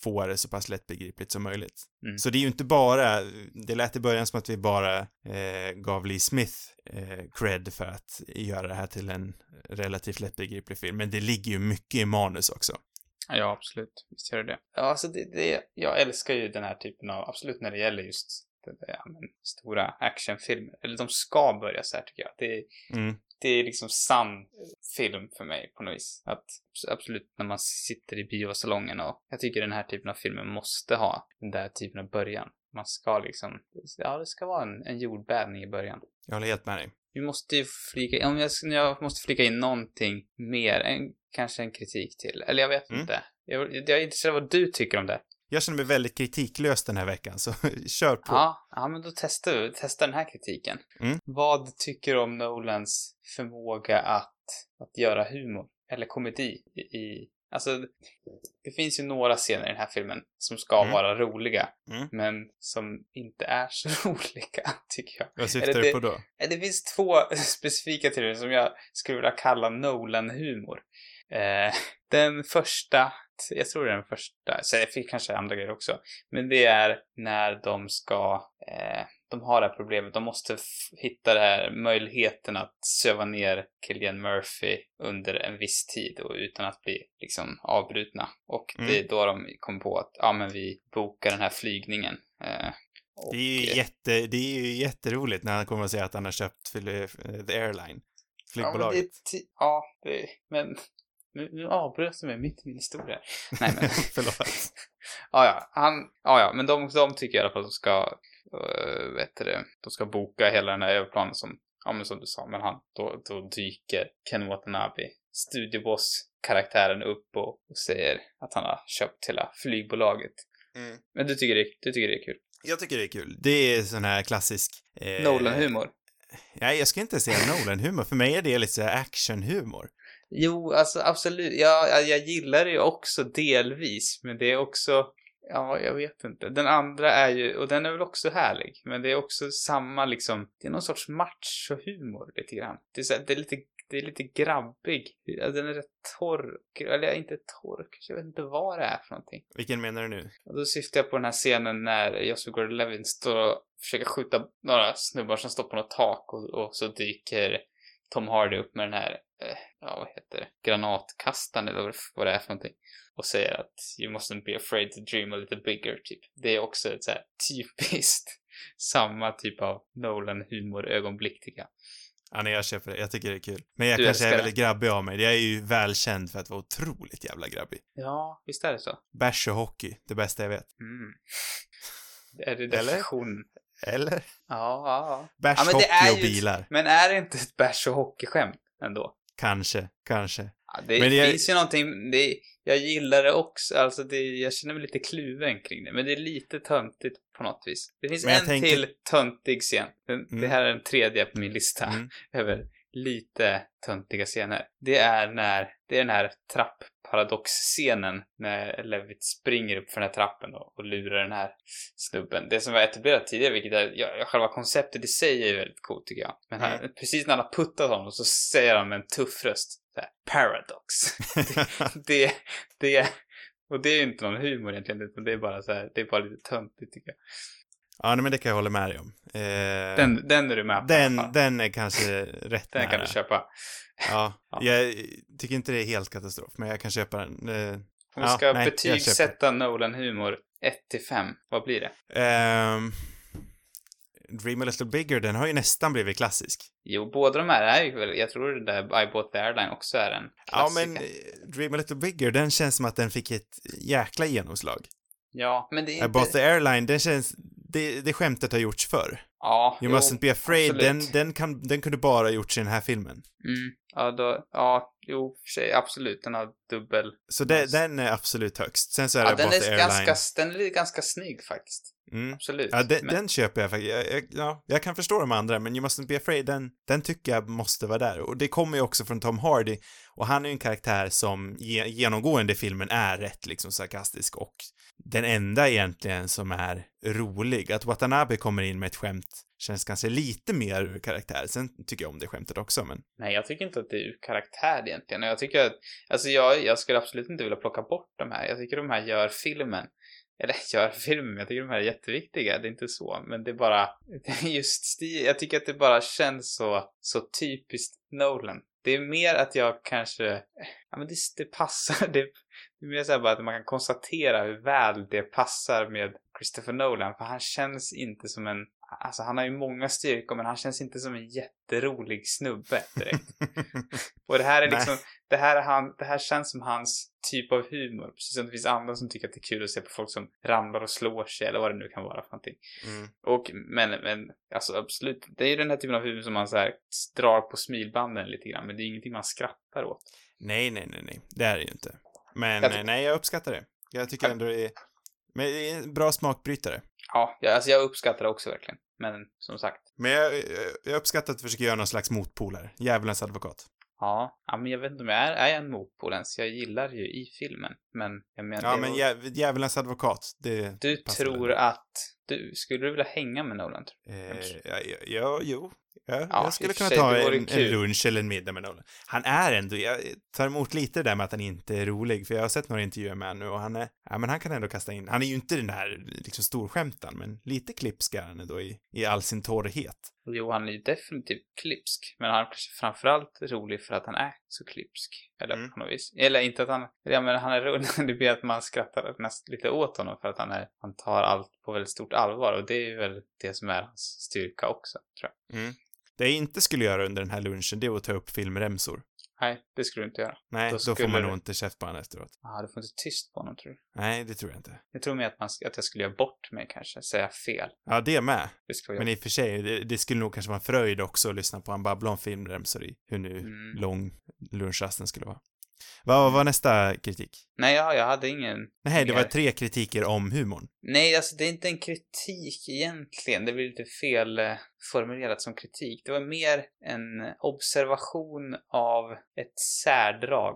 få det så pass lättbegripligt som möjligt. Mm. Så det är ju inte bara, det lät i början som att vi bara gav Lee Smith cred för att göra det här till en relativt lättbegriplig film, men det ligger ju mycket i manus också. Ja, absolut. Visst gör det. Ja, alltså jag älskar ju den här typen av, absolut när det gäller just stora actionfilmer. Eller de ska börja så här, tycker jag. Det är liksom sann film för mig på något vis. Att absolut när man sitter i biosalongen, och jag tycker den här typen av filmer måste ha den där typen av början. Man ska liksom, ja, det ska vara en jordbävning i början. Jag håller helt med dig. Vi måste ju flika in, om jag måste flika in någonting mer än kanske en kritik till. Eller jag vet inte. Jag är intresserad av vad du tycker om det. Jag känner mig väldigt kritiklös den här veckan, så kör på. Ja, men då testa den här kritiken. Vad tycker du om Nolans förmåga att göra humor eller komedi alltså, det finns ju några scener i den här filmen som ska vara roliga, men som inte är så roliga, tycker jag. Vad syftar du på då? Det finns 2 specifika till det som jag skulle vilja kalla Nolan-humor. Den första, jag tror det är den första, så jag fick kanske andra grejer också, men det är när de ska de har det här problemet, de måste hitta den här möjligheten att söva ner Cillian Murphy under en viss tid och utan att bli liksom avbrutna, och det är då de kom på att men vi bokar den här flygningen. Det är ju jätteroligt när han kommer att säga att han har köpt The Airline, flygbolaget. Men nu avbröt jag mig mitt i min historia. Nej, men förlåt. Men de tycker i alla fall att de ska de ska boka hela den här överplanen som du sa, men då dyker Ken Watanabe, studioboss-karaktären, upp och säger att han har köpt hela flygbolaget. Men du tycker det är kul? Jag tycker det är kul. Det är sån här klassisk Nolan-humor. Nej, jag ska inte säga Nolan-humor. För mig är det lite så här action-humor. Jo, alltså absolut. Jag gillar det ju också delvis, men det är också, jag vet inte. Den andra är ju, och den är väl också härlig, men det är också samma liksom, det är någon sorts macho-humor lite grann. Det är lite grabbig. Den är rätt torr. Eller inte torr, jag vet inte vad det är för någonting. Vilken menar du nu? Och då syftar jag på den här scenen när Joseph Gordon-Levitt står och försöker skjuta några snubbar som står på något tak, och så dyker Tom Hardy upp med den här granatkastaren eller vad det är för någonting, och säger att you mustn't be afraid to dream a little bigger, typ. Det är också ett så här typiskt samma typ av Nolan-humor-ögonblick, tycker jag. Ja, nej, jag köper det. Jag tycker det är kul. Men jag kanske är väldigt grabbig av mig. Jag är ju välkänd för att vara otroligt jävla grabbig. Ja, visst är det så. Bärs och hockey, det bästa jag vet. Är det definition? Eller? Ja. Bärs, hockey och bilar. Men är det inte ett bärs och hockeyskämt ändå? Kanske. Ja, det finns ju någonting, jag gillar det också, alltså jag känner mig lite kluven kring det, men det är lite töntigt på något vis. Det finns till töntig scen. Det här är den 3:e på min lista över lite töntiga scener. Det är den här trappparadox-scenen när Levitt springer upp för den här trappen och lurar den här snubben. Det som var etablerat tidigare, vilket är själva konceptet i sig är väldigt coolt, tycker jag. Men precis när han har puttat honom så säger han med en tuff röst så här, paradox. Och det är ju inte någon humor egentligen, utan det är bara så här, det är bara lite töntigt, tycker jag. Ja, men det kan jag hålla med dig om. Den är du med på. Den är kanske rätt den nära. Kan du köpa. Ja, jag tycker inte det är helt katastrof, men jag kan köpa den. Om vi ska betygsätta Nolan-humor 1-5, vad blir det? Dream a Little Bigger, den har ju nästan blivit klassisk. Jo, båda de här är ju väl, jag tror det där I Bought the Airline också är en klassiker. Ja, men Dream a Little Bigger, den känns som att den fick ett jäkla genomslag. Ja, men det är inte... I Bought the Airline, den känns... Det skämtet har gjorts förr. Ja, You mustn't be afraid, den kunde bara gjorts i den här filmen. Absolut, den har dubbel... Så den är absolut högst. Sen så är det Bought the Airline. Den är ganska snygg faktiskt. Absolut. Ja, den köper jag faktiskt. Jag kan förstå de andra, men You mustn't be afraid, den tycker jag måste vara där. Och det kommer ju också från Tom Hardy. Och han är ju en karaktär som genomgående i filmen är rätt liksom sarkastisk, och den enda egentligen som är rolig. Att Watanabe kommer in med ett skämt känns kanske lite mer ur karaktär. Sen tycker jag om det skämtet också, men... Nej, jag tycker inte att det är ur karaktär egentligen. Jag tycker att, alltså jag skulle absolut inte vilja plocka bort de här. Jag tycker de här gör filmen, jag tycker de här är jätteviktiga, det är inte så, men det är bara, just stil, jag tycker att det bara känns så typiskt Nolan. Det är mer att jag kanske, ja men det passar, det är mer så här bara att man kan konstatera hur väl det passar med Christopher Nolan, för han känns inte som en, alltså han har ju många styrkor, men han känns inte som en jätterolig snubbe direkt. Och det här är liksom, det här känns som hans typ av humor. Precis som det finns andra som tycker att det är kul att se på folk som ramlar och slår sig, eller vad det nu kan vara för någonting. Och, men alltså absolut, det är ju den här typen av humor som man så här drar på smilbanden lite grann, men det är ingenting man skrattar åt. Nej, det är det ju inte. Men nej, jag uppskattar det. Jag tycker ändå det är en bra smakbrytare. Ja, alltså jag uppskattar det också verkligen. Men som sagt. Men jag uppskattar att du försöker göra någon slags motpolare. Djävulens advokat. Ja, men jag vet inte om jag är en motpol ens. Jag gillar ju i filmen. Men jag menar... Ja, men djävulens advokat, det... Du tror att... Skulle du vilja hänga med Nolan? Jo. Jag skulle kunna ta en lunch eller en middag med Nolan. Han är ändå... Jag tar emot lite där med att han inte är rolig. För jag har sett några intervjuer med honom nu och han är... Ja, men han kan ändå kasta in... Han är ju inte den här liksom storskämtan, men lite klipsk är han ändå i all sin torrhet. Jo, han är ju definitivt klipsk. Men han är kanske framförallt rolig för att han är så klipsk. Eller på något vis. Eller inte att han... Ja, men han är rolig. Det blir att man skrattar nästan lite åt honom för att han tar allt på väldigt stort allvar. Och det är ju väl det som är hans styrka också, tror jag. Det jag inte skulle göra under den här lunchen, det är att ta upp filmremsor. Nej, det skulle du inte göra. Nej, då får man nog inte käft på honom efteråt. Ja, du får inte tyst på honom, tror du? Nej, det tror jag inte. Jag tror mer att jag skulle göra bort mig kanske, säga fel. Ja, det med. Det men i och för sig, det skulle nog kanske vara en fröjd också att lyssna på en babbla om filmremsor i hur nu lång lunchrasten skulle vara. Vad var nästa kritik? Nej, jag hade ingen... Nej, det var 3 kritiker om humorn. Nej, alltså det är inte en kritik egentligen. Det blir lite fel formulerat som kritik. Det var mer en observation av ett särdrag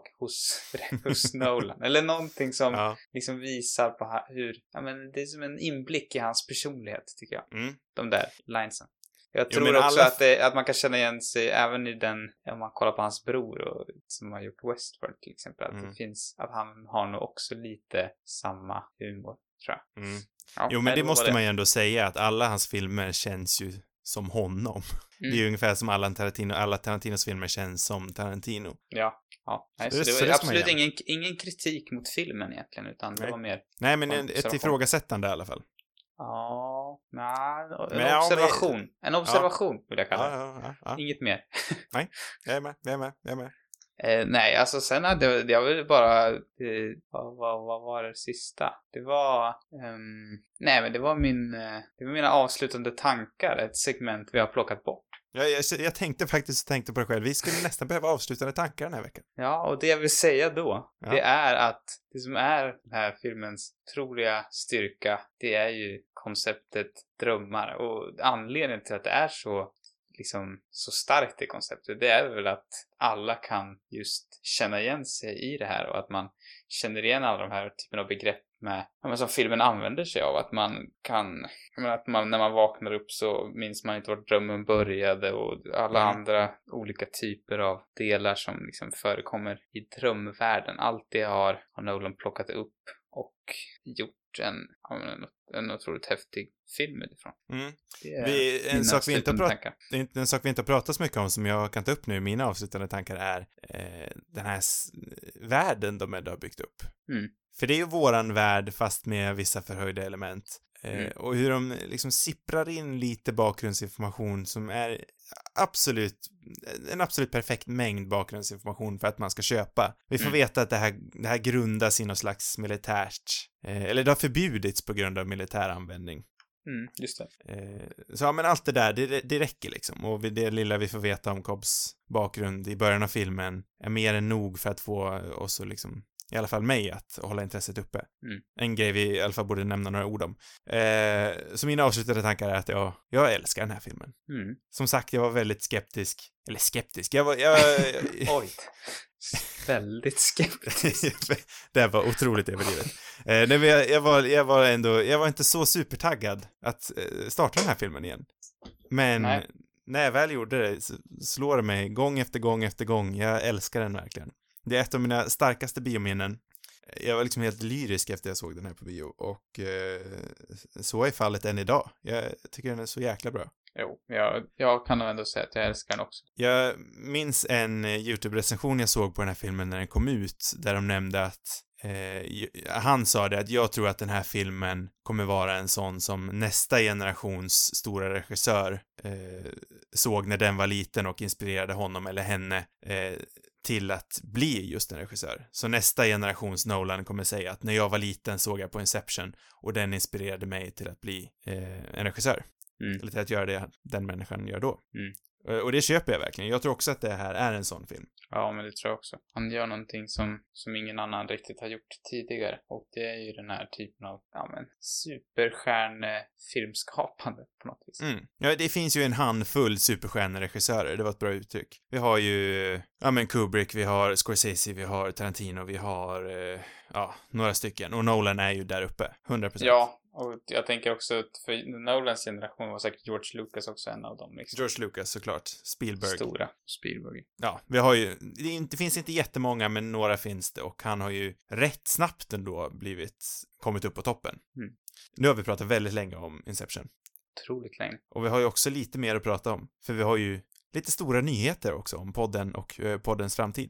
hos Nolan. Eller någonting som liksom visar på hur... Ja, men det är som en inblick i hans personlighet, tycker jag. De där linesen. Jag tror också att man kan känna igen sig även i den, om man kollar på hans bror och, som har gjort Westworld till exempel, att det finns, att han har nog också lite samma humor, tror jag. Ja, jo, men det måste man ju ändå säga, att alla hans filmer känns ju som honom. Det är ju ungefär som alla Tarantinos filmer känns som Tarantino. Ja. Nej, så det var absolut ingen kritik mot filmen egentligen, utan det var mer... Nej, men ett ifrågasättande i alla fall. Ja, en observation. En observation vill jag kalla det. Ja. Inget mer. Nej, jag är med. Nej, alltså sen hade jag väl bara... vad var det sista? Det var... nej, men det var mina avslutande tankar. Ett segment vi har plockat bort. Jag tänkte på det själv. Vi skulle nästan behöva avslutande tankar den här veckan. Ja, och det jag vill säga då, det är att det som är den här filmens troliga styrka, det är ju konceptet drömmar. Och anledningen till att det är så starkt det konceptet, det är väl att alla kan just känna igen sig i det här och att man känner igen alla de här typen av begrepp som filmen använder sig av, att man kan, att man, när man vaknar upp så minns man inte vart drömmen började och alla andra olika typer av delar som liksom förekommer i drömvärlden. Allt det har Nolan plockat upp och gjort en otroligt häftig film utifrån. En sak vi inte har pratat så mycket om som jag kan ta upp nu i mina avslutande tankar är den här världen de har byggt upp. För det är ju våran värld fast med vissa förhöjda element. Och hur de liksom sipprar in lite bakgrundsinformation som är en absolut perfekt mängd bakgrundsinformation för att man ska köpa. Vi får veta att det här grundas i någon slags militärt, eller det har förbjudits på grund av militär användning. Just det. Så ja, men allt det där, det räcker liksom. Och det lilla vi får veta om Cobbs bakgrund i början av filmen är mer än nog för att få oss att liksom, i alla fall mig, att hålla intresset uppe. En grej vi i alla fall borde nämna några ord om. Så mina avslutade tankar är att jag älskar den här filmen. Som sagt, jag var väldigt skeptisk. Eller skeptisk, jag Oj. Väldigt skeptisk. Det var otroligt överdrivet. Jag var inte så supertaggad att starta den här filmen igen. Men Nej. när jag väl gjorde det så slår det mig gång efter gång efter gång. Jag älskar den verkligen. Det är ett av mina starkaste biominnen. Jag var liksom helt lyrisk efter jag såg den här på bio. Och så är fallet än idag. Jag tycker den är så jäkla bra. Jo, jag kan nog ändå säga att jag älskar den också. Jag minns en YouTube-recension jag såg på den här filmen när den kom ut. Där de nämnde att han sa det att jag tror att den här filmen kommer vara en sån som nästa generations stora regissör såg när den var liten och inspirerade honom eller henne till att bli just en regissör. Så nästa generations Nolan kommer säga att när jag var liten såg jag på Inception och den inspirerade mig till att bli en regissör. Eller till att göra det den människan gör då. Och det köper jag verkligen. Jag tror också att det här är en sån film. Ja, men det tror jag också. Han gör någonting som ingen annan riktigt har gjort tidigare. Och det är ju den här typen av, superstjärnefilmskapande på något vis. Ja, det finns ju en handfull superstjärneregissörer. Det var ett bra uttryck. Vi har ju, Kubrick, vi har Scorsese, vi har Tarantino, vi har, några stycken. Och Nolan är ju där uppe, 100%. Ja. Och jag tänker också att för Nolans generation var säkert George Lucas också en av dem. Liksom. George Lucas såklart. Spielberg. Stora Spielberg. Ja, vi har ju, det finns inte jättemånga men några finns det och han har ju rätt snabbt ändå kommit upp på toppen. Nu har vi pratat väldigt länge om Inception. Otroligt länge. Och vi har ju också lite mer att prata om. För vi har ju lite stora nyheter också om podden och poddens framtid.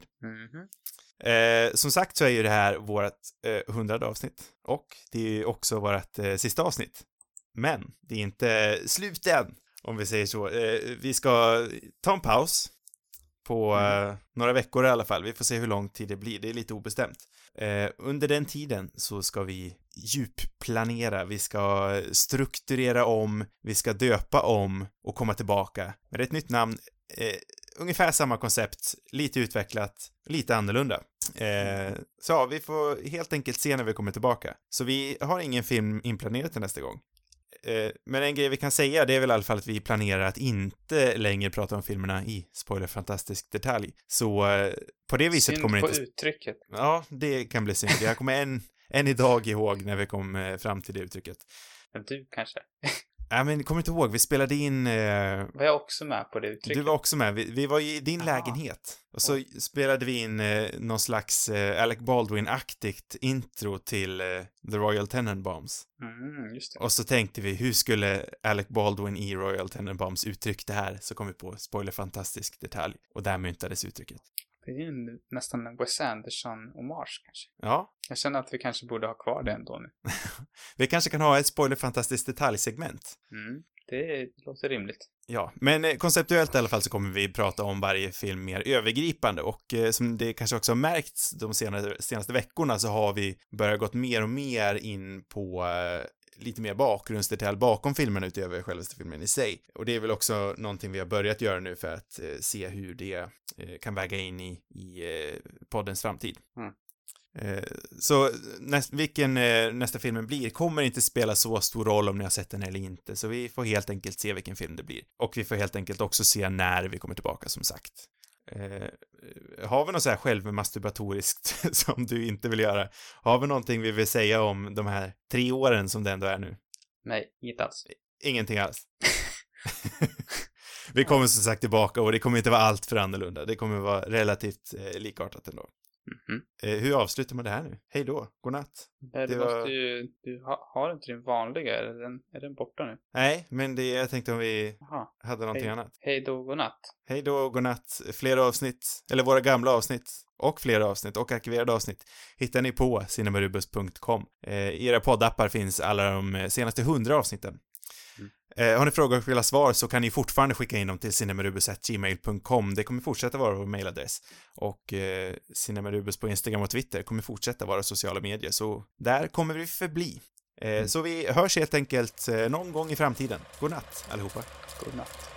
Som sagt så är ju det här vårt 100:e avsnitt. Och det är ju också vårt sista avsnitt. Men det är inte slut än, om vi säger så. Vi ska ta en paus på några veckor i alla fall. Vi får se hur lång tid det blir. Det är lite obestämt. Under den tiden så ska vi djupplanera. Vi ska strukturera om. Vi ska döpa om och komma tillbaka med ett nytt namn. Ungefär samma koncept, lite utvecklat, lite annorlunda. Så ja, vi får helt enkelt se när vi kommer tillbaka. Så vi har ingen film inplanerad till nästa gång. Men en grej vi kan säga, det är väl i alla fall att vi planerar att inte längre prata om filmerna i spoilerfantastisk detalj. Så på det viset synd kommer det inte... inte... uttrycket. Ja, det kan bli synd. Jag kommer än idag ihåg när vi kom fram till det uttrycket. Men du kanske... Ja, men kommer inte ihåg, vi spelade in... Var jag också med på det uttrycket? Du var också med, vi var i din lägenhet. Och så spelade vi in någon slags Alec Baldwin-aktigt intro till The Royal Tenenbaums. Just det. Och så tänkte vi, hur skulle Alec Baldwin i Royal Tenenbaums uttryckt det här? Så kom vi på spoilerfantastisk detalj. Och där myntades uttrycket. Det är ju nästan en Wes Anderson-hommage kanske. Ja. Jag känner att vi kanske borde ha kvar det ändå nu. Vi kanske kan ha ett spoilerfantastiskt detaljsegment. Det låter rimligt. Ja, men konceptuellt i alla fall så kommer vi prata om varje film mer övergripande och som det kanske också har märkts de senaste veckorna så har vi börjat gått mer och mer in på lite mer bakgrundsdetalj bakom filmen utöver självaste filmen i sig. Och det är väl också någonting vi har börjat göra nu för att se hur det kan väga in i poddens framtid. Så vilken nästa filmen blir kommer inte spela så stor roll om ni har sett den eller inte. Så vi får helt enkelt se vilken film det blir. Och vi får helt enkelt också se när vi kommer tillbaka som sagt. Har vi något så här självmasturbatoriskt som du inte vill göra? Har vi någonting vi vill säga om de här 3 åren som det ändå är nu? Nej, inget alls. Ingenting alls. Vi kommer som sagt tillbaka och det kommer inte vara allt för annorlunda. Det kommer vara relativt likartat ändå. Hur avslutar man det här nu? Hej då, godnatt. Du har inte din vanliga, är den borta nu? Nej, men jag tänkte om vi hade någonting annat. Hej då, godnatt. Hej då, godnatt. Fler avsnitt, eller våra gamla avsnitt och fler avsnitt och arkiverade avsnitt hittar ni på cinemarubus.com. I era poddappar finns alla de senaste 100 avsnitten. Har ni frågor och vill ha svar så kan ni fortfarande skicka in dem till cinemarubus@gmail.com. Det kommer fortsätta vara vår mailadress. Och Cinemarubus på Instagram och Twitter kommer fortsätta vara sociala medier. Så där kommer vi förbli. Så vi hörs helt enkelt någon gång i framtiden. God natt allihopa. God natt.